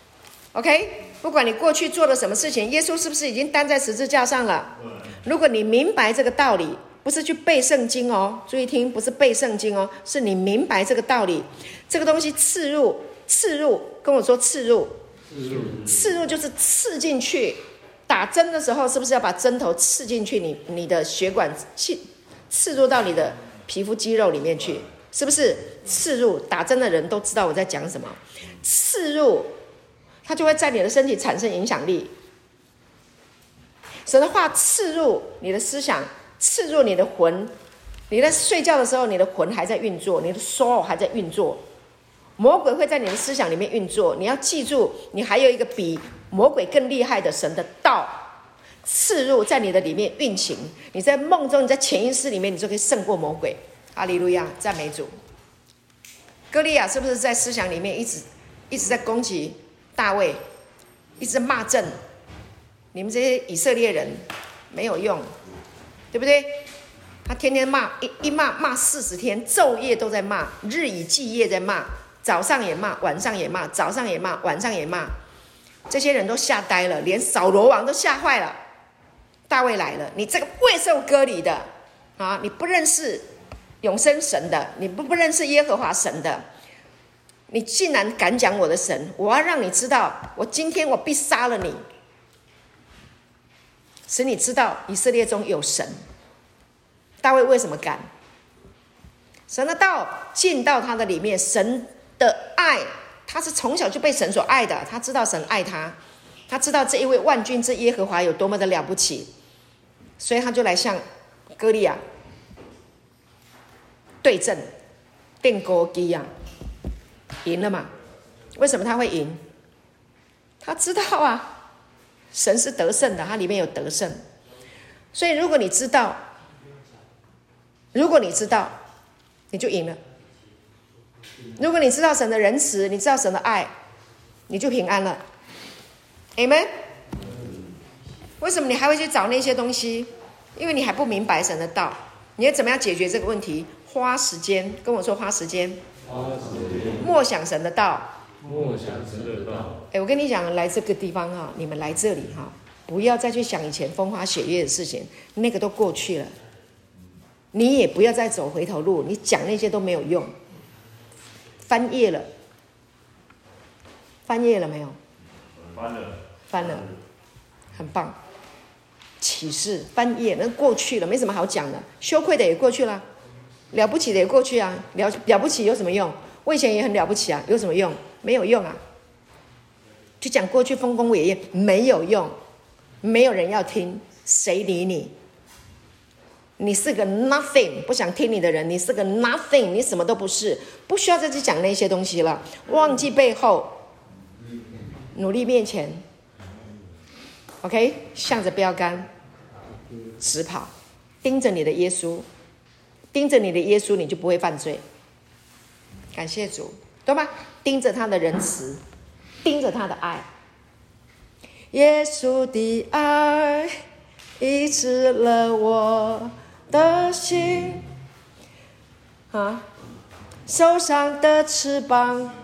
OK， 不管你过去做了什么事情，耶稣是不是已经担在十字架上了？如果你明白这个道理，不是去背圣经哦，注意听，不是背圣经哦，是你明白这个道理，这个东西刺入刺入跟我说刺入刺入就是刺进去，打针的时候是不是要把针头刺进去你你的血管，刺入到你的皮肤肌肉里面去，是不是？刺入，打针的人都知道我在讲什么。刺入，它就会在你的身体产生影响力。神的话刺入你的思想，刺入你的魂。你在睡觉的时候，你的魂还在运作，你的 soul 还在运作。魔鬼会在你的思想里面运作，你要记住，你还有一个比魔鬼更厉害的神的道刺入在你的里面运行。你在梦中，你在潜意识里面，你就可以胜过魔鬼。哈利路亚，赞美主。歌利亚是不是在思想里面一直一直在攻击大卫，一直在骂阵？你们这些以色列人没有用，对不对？他天天骂，一一骂骂四十天，昼夜都在骂，日以继夜在骂，早上也骂，晚上也骂，早上也骂，晚上也骂。这些人都吓呆了，连扫罗王都吓坏了。大卫来了，你这个未受割礼的啊，你不认识永生神的，你不不认识耶和华神的，你竟然敢讲我的神！我要让你知道，我今天我必杀了你，使你知道以色列中有神。大卫为什么敢？神的道进到他的里面，神的爱，他是从小就被神所爱的，他知道神爱他，他知道这一位万军之耶和华有多么的了不起，所以他就来向歌利亚对阵，电锅机啊，赢了嘛？为什么他会赢？他知道啊，神是得胜的，他里面有得胜。所以如果你知道，如果你知道，你就赢了。如果你知道神的仁慈，你知道神的爱，你就平安了。Amen。为什么你还会去找那些东西？因为你还不明白神的道。你要怎么样解决这个问题？花时间，跟我说花时间。花时间。默想神的道。默想神的道。哎，我跟你讲，来这个地方哈，你们来这里哈，不要再去想以前风花雪月的事情，那个都过去了。你也不要再走回头路，你讲那些都没有用。翻页了，翻页了没有？ 翻了， 翻了，很棒。启示翻页，那过去了，没什么好讲的。羞愧的也过去了，了不起的也过去啊。了了不起有什么用？我以前也很了不起啊，有什么用？没有用啊。就讲过去丰功伟业没有用，没有人要听，谁理你？你是个 nothing， 不想听你的人，你是个 nothing， 你什么都不是，不需要再去讲那些东西了，忘记背后，努力面前 ，OK， 向着标杆直跑，盯着你的耶稣，盯着你的耶稣，你就不会犯罪。感谢主，懂吗？盯着他的仁慈，盯着他的爱，耶稣的爱医治了我的心啊，受伤的翅膀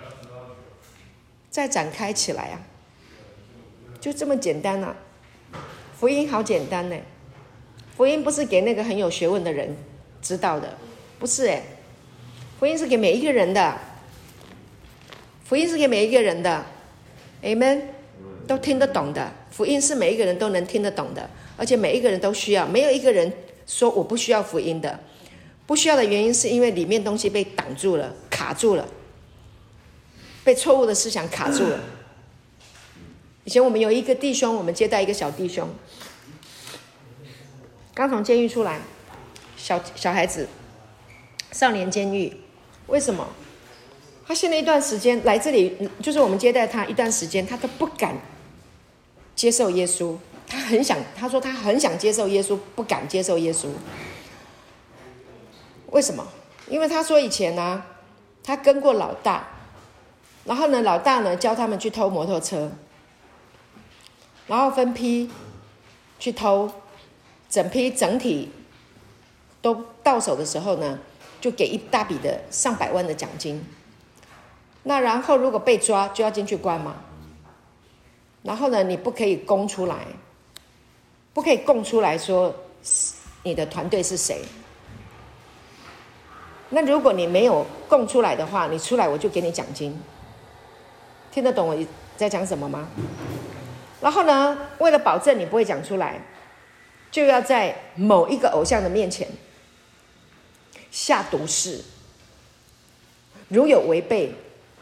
再展开起来啊，就这么简单啊。福音好简单呢，福音不是给那个很有学问的人知道的，不是哎，福音是给每一个人的，福音是给每一个人的 ，Amen， 都听得懂的，福音是每一个人都能听得懂的，而且每一个人都需要，没有一个人说我不需要福音的。不需要的原因是因为里面东西被挡住了，卡住了，被错误的思想卡住了。以前我们有一个弟兄，我们接待一个小弟兄，刚从监狱出来，小小孩子，少年监狱。为什么？ 他现在一段时间来这里，就是我们接待他一段时间，他都不敢接受耶稣。他很想，他说他很想接受耶稣，不敢接受耶稣。为什么？因为他说以前呢、啊，他跟过老大，然后呢，老大呢教他们去偷摩托车，然后分批去偷，整批整体都到手的时候呢，就给一大笔的上百万的奖金。那然后如果被抓，就要进去关嘛。然后呢，你不可以供出来，不可以供出来说你的团队是谁。那如果你没有供出来的话，你出来我就给你奖金。听得懂我在讲什么吗？然后呢，为了保证你不会讲出来，就要在某一个偶像的面前下毒誓，如有违背，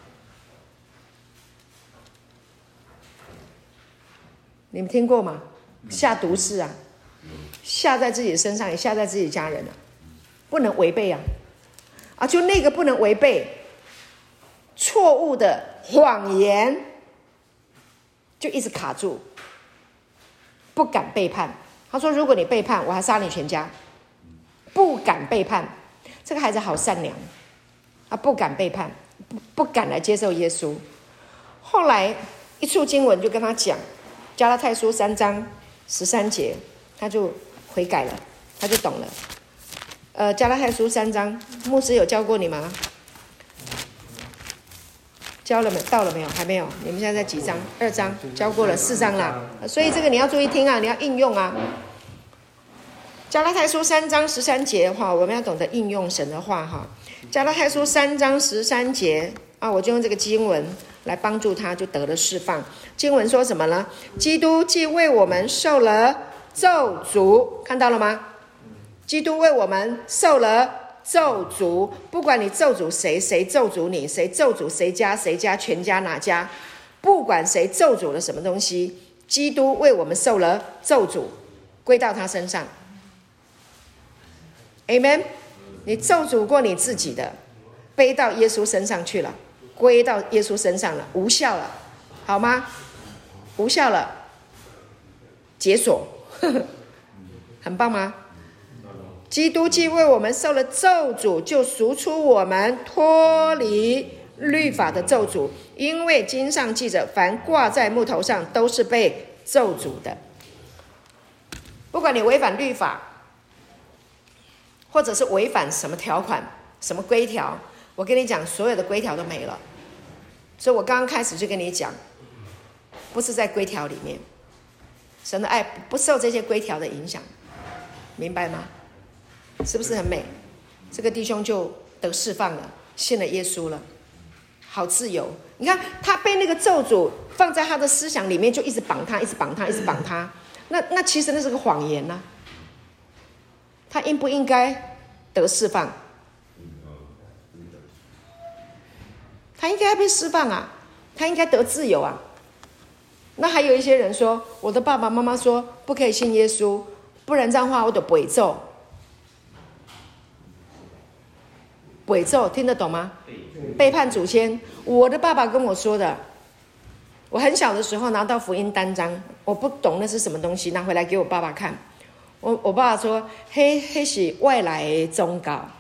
你们听过吗？下毒誓啊，下在自己的身上，也下在自己家人啊，不能违背啊！啊，就那个不能违背，错误的谎言，就一直卡住，不敢背叛。他说：“如果你背叛，我还杀你全家。”不敢背叛，这个孩子好善良，他不敢背叛，不不敢来接受耶稣。后来一处经文就跟他讲，加拉太书三章十三节，他就悔改了，他就懂了。呃，加拉太书三章，牧师有教过你吗？教了没？到了没有？还没有。你们现在在几章？二章，教过了四章啦。所以这个你要注意听啊，你要应用啊。加拉太书三章十三节的话，我们要懂得应用神的话哈。加拉太书三章十三节啊，我就用这个经文来帮助他，就得了释放。经文说什么呢？基督既为我们受了咒诅，看到了吗？基督为我们受了咒诅，不管你咒诅谁，谁咒诅你，谁咒诅谁家，谁家全家哪家，不管谁咒诅了什么东西，基督为我们受了咒诅，归到他身上。Amen。 你咒诅过你自己的，背到耶稣身上去了，归到耶稣身上了，无效了，好吗？无效了，解锁，呵呵，很棒吗？基督既为我们受了咒诅，就赎出我们脱离律法的咒诅，因为经上记着，凡挂在木头上都是被咒诅的。不管你违反律法，或者是违反什么条款、什么规条，我跟你讲，所有的规条都没了。所以我刚刚开始就跟你讲，不是在规条里面，神的爱不受这些规条的影响，明白吗？是不是很美？这个弟兄就得释放了，信了耶稣了，好自由。你看他被那个咒诅放在他的思想里面，就一直绑他，一直绑他，一直绑他。那那其实那是个谎言啊。他应不应该得释放？他应该被释放啊，他应该得自由啊。那还有一些人说，我的爸爸妈妈说不可以信耶稣，不然这样的话我就背咒。背咒听得懂吗？背叛祖先。我的爸爸跟我说的，我很小的时候拿到福音单张，我不懂那是什么东西，拿回来给我爸爸看。我我爸爸说，嘿，嘿是外来的宗教，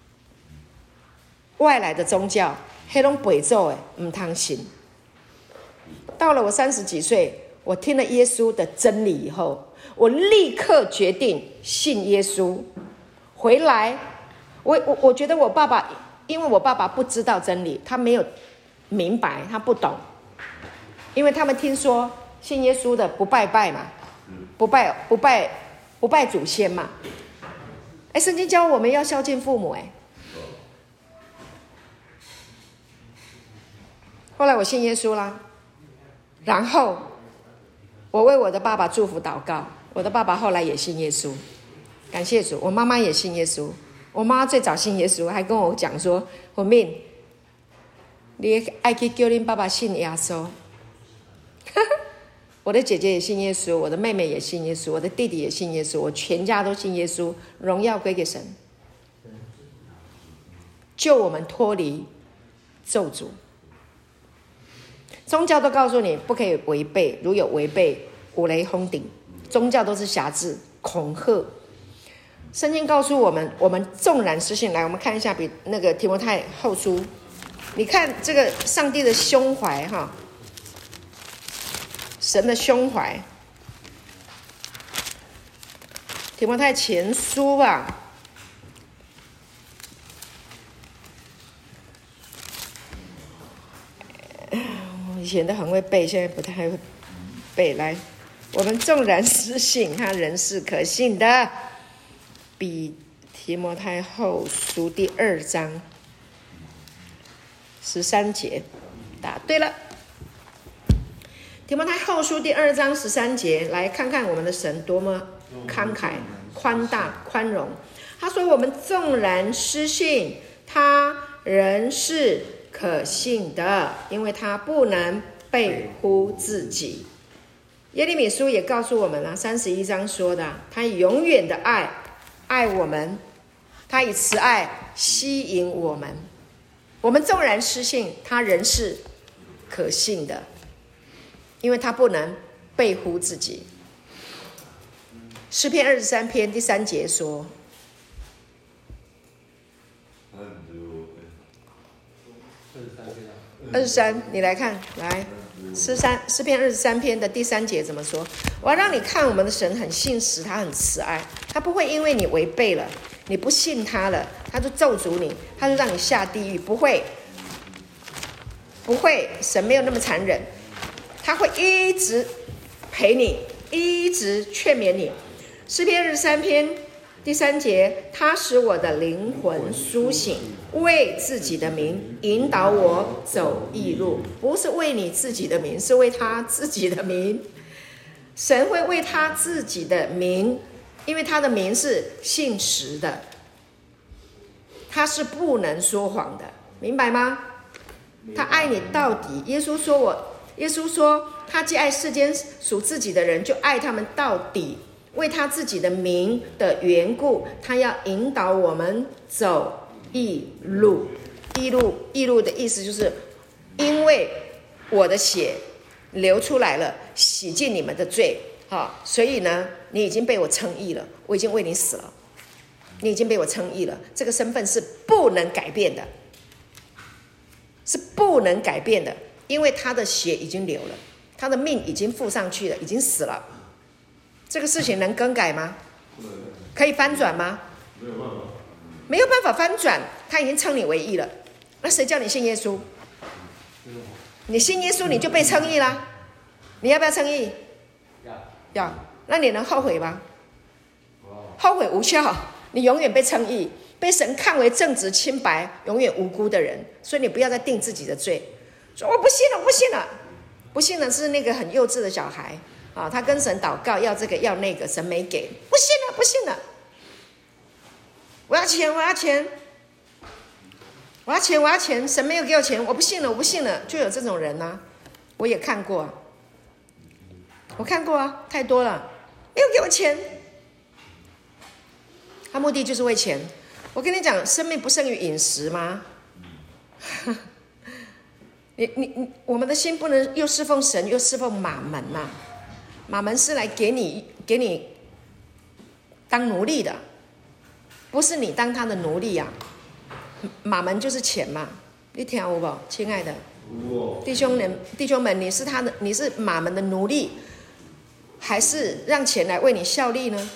外来的宗教，嘿拢背咒的，唔通信。到了我三十几岁，我听了耶稣的真理以后，我立刻决定信耶稣。回来。我我我觉得我爸爸，因为我爸爸不知道真理，他没有明白，他不懂，因为他们听说信耶稣的不拜拜嘛，不拜不拜不拜祖先嘛。哎，圣经教我们要孝敬父母，哎。后来我信耶稣啦，然后我为我的爸爸祝福祷告，我的爸爸后来也信耶稣，感谢主。我妈妈也信耶稣。我妈最早信耶稣，还跟我讲说：“我命，你爱去叫你爸爸信耶稣。”我的姐姐也信耶稣，我的妹妹也信耶稣，我的弟弟也信耶稣，我全家都信耶稣，荣耀归给神，救我们脱离咒诅。宗教都告诉你不可以违背，如有违背，五雷轰顶。宗教都是辖制、恐吓。圣经告诉我们，我们纵然失信，来，我们看一下比那个提摩太后书，你看这个上帝的胸怀哈，神的胸怀。提摩太前书吧。我以前都很会背，现在不太会背。来，我们纵然失信，他仍是可信的。比提摩太后书第二章十三节，答对了。提摩太后书第二章十三节，来看看我们的神多么慷慨、宽大、宽容。他说：“我们纵然失信，他仍是可信的，因为他不能背乎自己。”耶利米书也告诉我们了，三十一章说的，他以永远的爱爱我们，他以慈爱吸引我们。我们纵然失信，他仍是可信的，因为他不能背乎自己。诗篇二十三篇第三节说，二十三，你来看，来，诗三诗篇二十三篇的第三节怎么说？我要让你看，我们的神很信实，他很慈爱，他不会因为你违背了，你不信他了，他就咒诅你，他就让你下地狱，不会，不会，神没有那么残忍，他会一直陪你，一直劝勉你。诗篇二十三篇第三节，他使我的灵魂苏醒，为自己的名引导我走义路。不是为你自己的名，是为他自己的名。神会为他自己的名，因为他的名是信实的，他是不能说谎的，明白吗？他爱你到底。耶稣说我，耶稣说他既爱世间属自己的人，就爱他们到底。为他自己的名的缘故，他要引导我们走义路。义路，义路的意思就是，因为我的血流出来了，洗净你们的罪，好，所以呢，你已经被我称义了，我已经为你死了，你已经被我称义了。这个身份是不能改变的，是不能改变的，因为他的血已经流了，他的命已经付上去了，已经死了。这个事情能更改吗？可以翻转吗？没有办法，没有办法翻转。他已经称你为义了，那谁叫你信耶稣？你信耶稣，你就被称义啦。你要不要称义？要。那你能后悔吗？后悔无效，你永远被称义，被神看为正直清白、永远无辜的人。所以你不要再定自己的罪，说我不信了，我不信了。不信的是那个很幼稚的小孩。啊，他跟神祷告要这个要那个，神没给，不信了，不信了，我要钱，我要钱，我要钱，我要钱，神没有给我钱，我不信了，我不信了，就有这种人啊，我也看过、啊，我看过啊，太多了，没有给我钱，他目的就是为钱。我跟你讲，生命不胜于饮食吗？你你你，我们的心不能又侍奉神又侍奉马门呐、啊。马门是来给你给你当奴隶的，不是你当他的奴隶啊。马门就是钱嘛，你听有不，亲爱的弟兄们，弟兄们，你是他的，你是马门的奴隶，还是让钱来为你效力呢？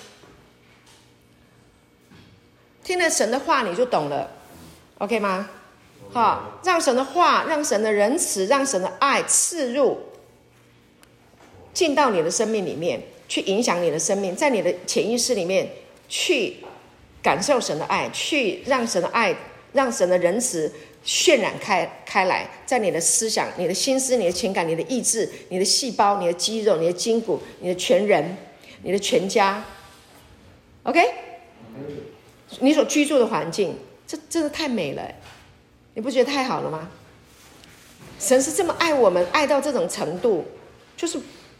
听了神的话，你就懂了 ，OK 吗？好，让神的话，让神的仁慈，让神的爱刺入。进到你的生命里面，去影响你的生命，在你的潜意识里面去感受神的爱，去让神的爱，让神的仁慈渲染开开来，在你的思想、你的心思、你的情感、你的意志、你的细胞、你的肌肉、你的筋骨、你的全人、你的全家 ，OK？ 你所居住的环境，这真的太美了，你不觉得太好了吗？神是这么爱我们，爱到这种程度，就是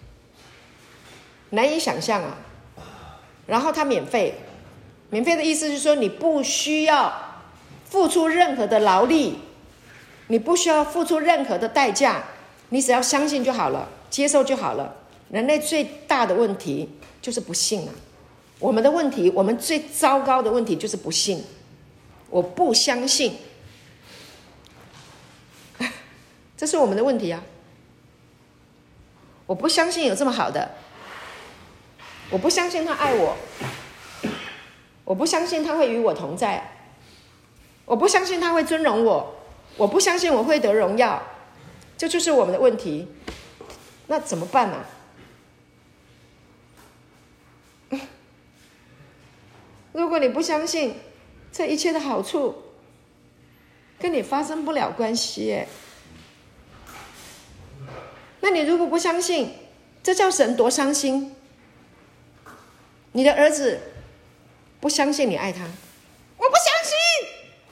难以想象啊！然后他免费，免费的意思是说你不需要付出任何的劳力， 你不需要付出任何的代价，你只要相信就好了，接受就好了。人类最大的问题就是不信啊！我们的问题，我们最糟糕的问题就是不信。我不相信，这是我们的问题啊！我不相信有这么好的，我不相信他爱我，我不相信他会与我同在，我不相信他会尊荣我，我不相信我会得荣耀，这就是我们的问题。那怎么办呢、啊？如果你不相信这一切的好处，跟你发生不了关系耶。那你如果不相信，这叫神多伤心。你的儿子不相信你爱他，我不相信。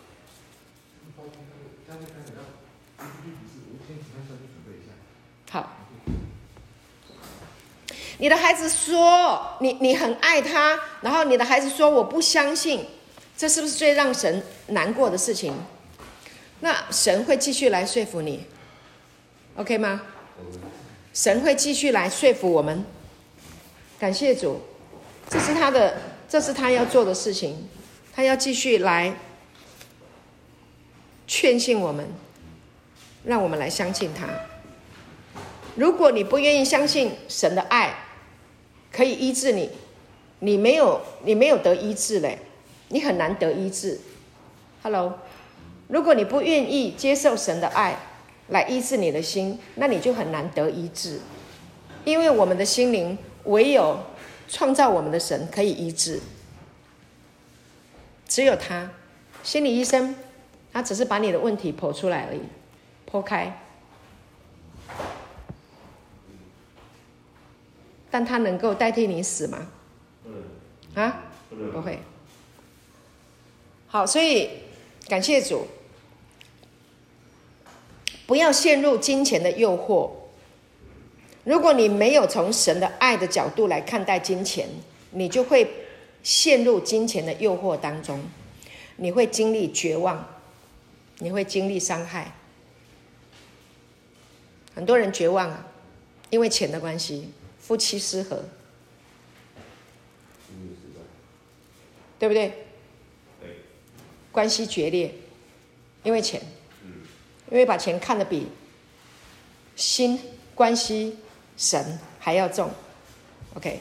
好，你的孩子说你你很爱他，然后你的孩子说我不相信，这是不是最让神难过的事情？那神会继续来说服你 ，OK 吗？神会继续来说服我们。感谢主，这是他的，这是他要做的事情，他要继续来劝信我们，让我们来相信他。如果你不愿意相信神的爱可以医治你，你没有你没有得医治嘞，你很难得医治。Hello， 如果你不愿意接受神的爱来医治你的心，那你就很难得医治，因为我们的心灵唯有创造我们的神可以医治，只有他。心理医生他只是把你的问题剖出来而已，剖开，但他能够代替你死吗？啊，不会。好，所以感谢主，不要陷入金钱的诱惑。如果你没有从神的爱的角度来看待金钱，你就会陷入金钱的诱惑当中，你会经历绝望，你会经历伤害。很多人绝望啊，因为钱的关系，夫妻失和，对不对？关系决裂，因为钱，因为把钱看得比心、关系、神还要重。OK，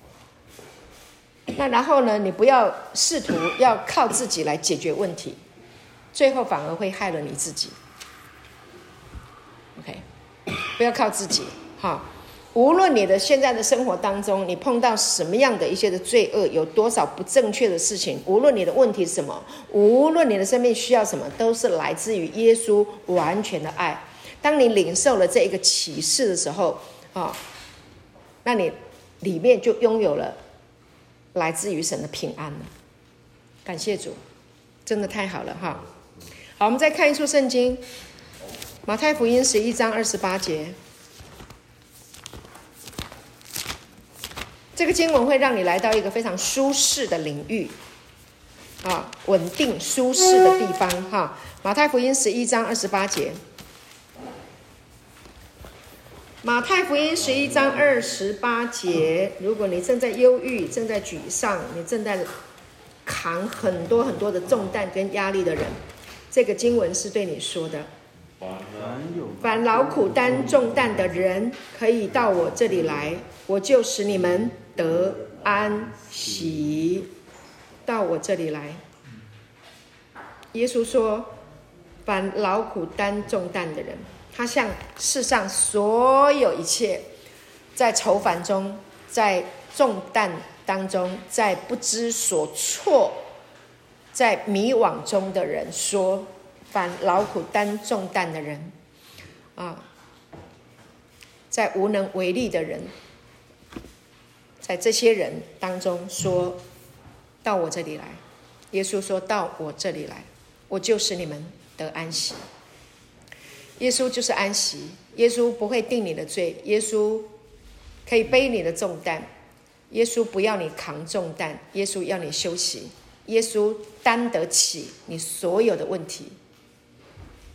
那然后呢？你不要试图要靠自己来解决问题，最后反而会害了你自己。OK， 不要靠自己哈。无论你的现在的生活当中，你碰到什么样的一些的罪恶，有多少不正确的事情，无论你的问题是什么，无论你的生命需要什么，都是来自于耶稣完全的爱。当你领受了这一个启示的时候，哦，那你里面就拥有了来自于神的平安了。感谢主，真的太好了哈！好，我们再看一处圣经，马太福音十一章二十八节。这个经文会让你来到一个非常舒适的领域，啊，稳定舒适的地方哈。马太福音十一章二十八节，马太福音十一章二十八节，如果你正在忧郁、正在沮丧，你正在扛很多很多的重担跟压力的人，这个经文是对你说的。凡劳苦担重担的人，可以到我这里来，我就使你们得安息。到我这里来，耶稣说，凡劳苦担重担的人，他向世上所有一切在愁烦中，在重担当中，在不知所措，在迷惘中的人说，凡劳苦担重担的人啊，在无能为力的人，在这些人当中说，到我这里来。耶稣说，到我这里来，我就使你们得安息。耶稣就是安息，耶稣不会定你的罪，耶稣可以背你的重担，耶稣不要你扛重担，耶稣要你休息，耶稣担得起你所有的问题。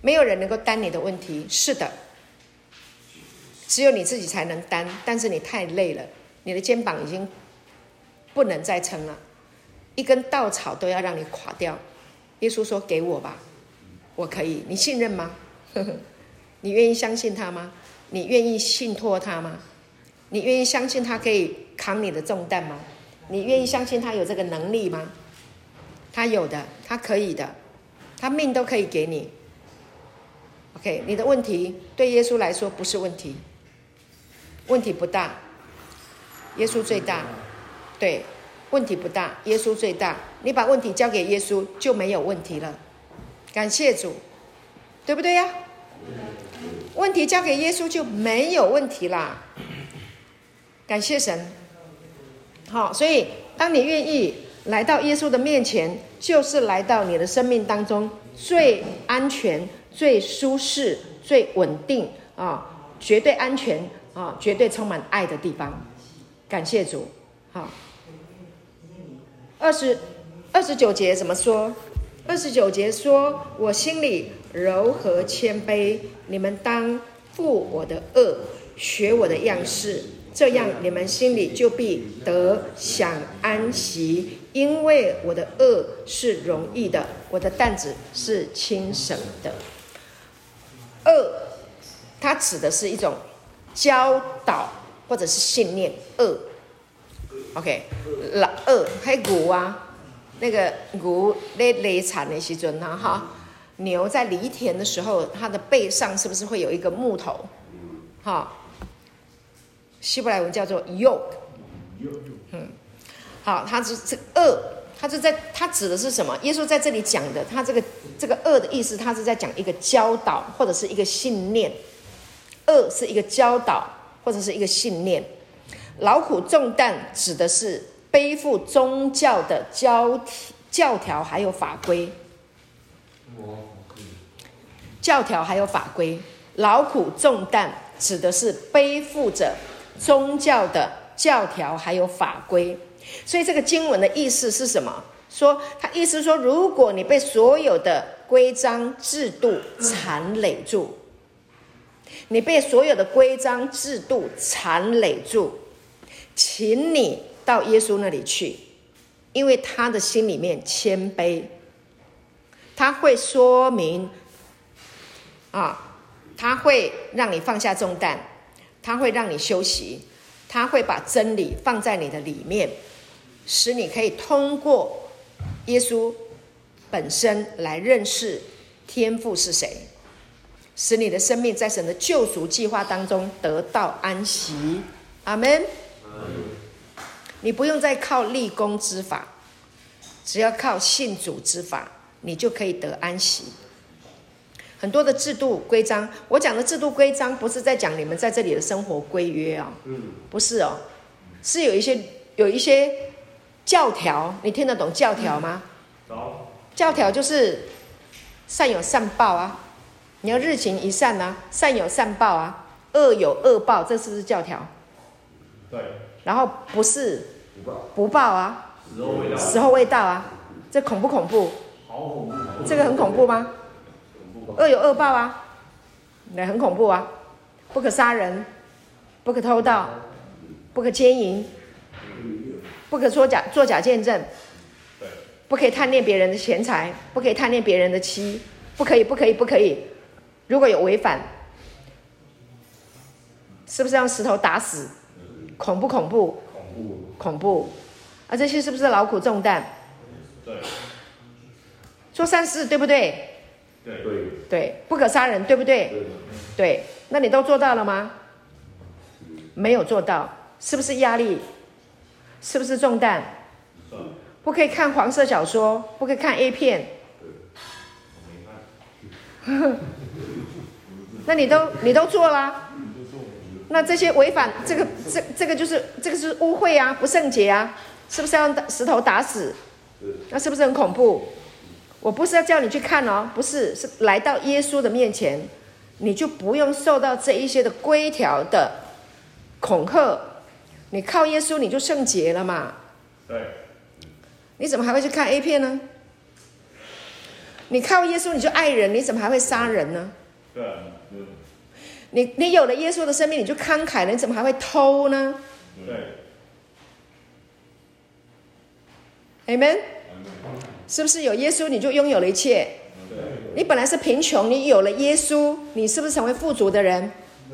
没有人能够担你的问题。是的，只有你自己才能担，但是你太累了，你的肩膀已经不能再撑了，一根稻草都要让你垮掉。耶稣说：“给我吧，我可以。”你信任吗？你愿意相信他吗？你愿意信托他吗？你愿意相信他可以扛你的重担吗？你愿意相信他有这个能力吗？他有的，他可以的，他命都可以给你。OK， 你的问题对耶稣来说不是问题，问题不大，耶稣最大。对，问题不大，耶稣最大。你把问题交给耶稣，就没有问题了。感谢主，对不对呀？问题交给耶稣就没有问题啦。感谢神。好，所以当你愿意来到耶稣的面前，就是来到你的生命当中最安全、最舒适、最稳定啊，绝对安全啊，绝对充满爱的地方。感谢主。好，二十二十九节怎么说？二十九节说：“我心里柔和谦卑，你们当负我的恶，学我的样式，这样你们心里就必得享安息。因为我的恶是容易的，我的担子是轻省的。”恶，它指的是一种教导或者是信念。恶 ，OK， 老恶还牛啊，那个牛在犁产的时阵呢，哈，牛在犁田的时候，它的背上是不是会有一个木头？哈，希伯来文叫做 yoke， 嗯，好，它是这恶，它是在它指的是什么？耶稣在这里讲的，他这个这个恶的意思，他是在讲一个教导或者是一个信念。恶是一个教导或者是一个信念。劳苦重担指的是背负宗教的教教条还有法规。教条还有法规，劳苦重担指的是背负着宗教的教条还有法规。所以这个经文的意思是什么？说他意思说，如果你被所有的规章制度缠累住，你被所有的规章制度缠累住，请你到耶稣那里去，因为他的心里面谦卑，他会说明啊，他会让你放下重担，他会让你休息，他会把真理放在你的里面，使你可以通过耶稣本身来认识天父是谁，使你的生命在神的救赎计划当中得到安息。阿们。你不用再靠立功之法，只要靠信主之法，你就可以得安息。很多的制度规章，我讲的制度规章不是在讲你们在这里的生活规约哦，不是哦，是有一些有一些教条，你听得懂教条吗？教条就是善有善报啊，你要日行一善啊，善有善报啊，恶有恶报，这是不是教条？ 对。 然后不是不报啊，时候未到，时候未到啊，这恐不恐怖？ 好恐怖！ 这个很恐怖吗？恶有恶报啊，那很恐怖啊！不可杀人，不可偷盗，不可奸淫，不可说假作假见证，不可以贪恋别人的钱财，不可以贪恋别人的妻，不可以，不可以，不可以。如果有违反，是不是用石头打死？恐不恐怖？ 恐怖， 恐怖。啊，这些是不是劳苦重担？ 对。 做善事，对不对？ 对对。不可杀人，对不对？ 对。 对。那你都做到了吗？没有做到，是不是压力？是不是重担？不可以看黄色小说，不可以看 A 片。那你都你都做啦。那这些违反这个这这个就是这个是污秽啊，不圣洁啊，是不是要用石头打死？那是不是很恐怖？我不是要叫你去看哦，不是，是来到耶稣的面前，你就不用受到这一些的规条的恐吓，你靠耶稣你就圣洁了嘛。 对。 你怎么还会去看 A 片呢？ 你靠耶稣你就爱人，你怎么还会杀人呢？ 对啊，对你你有了耶稣的生命，你就慷慨了，你怎么还会偷呢？ 对。 Amen。是不是有耶稣你就拥有了一切？你本来是贫穷，你有了耶稣，你是不是成为富足的人？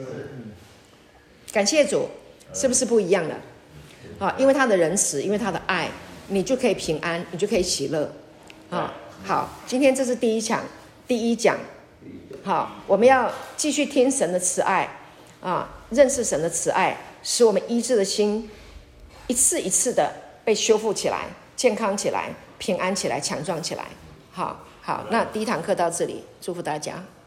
感谢主，是不是不一样的？啊，因为他的仁慈，因为他的爱，你就可以平安，你就可以喜乐。啊，好，今天这是第一讲，第一讲。好，我们要继续听神的慈爱啊，认识神的慈爱，使我们医治的心一次一次的被修复起来，健康起来，平安起来，强壮起来。好好，那第一堂课到这里，祝福大家。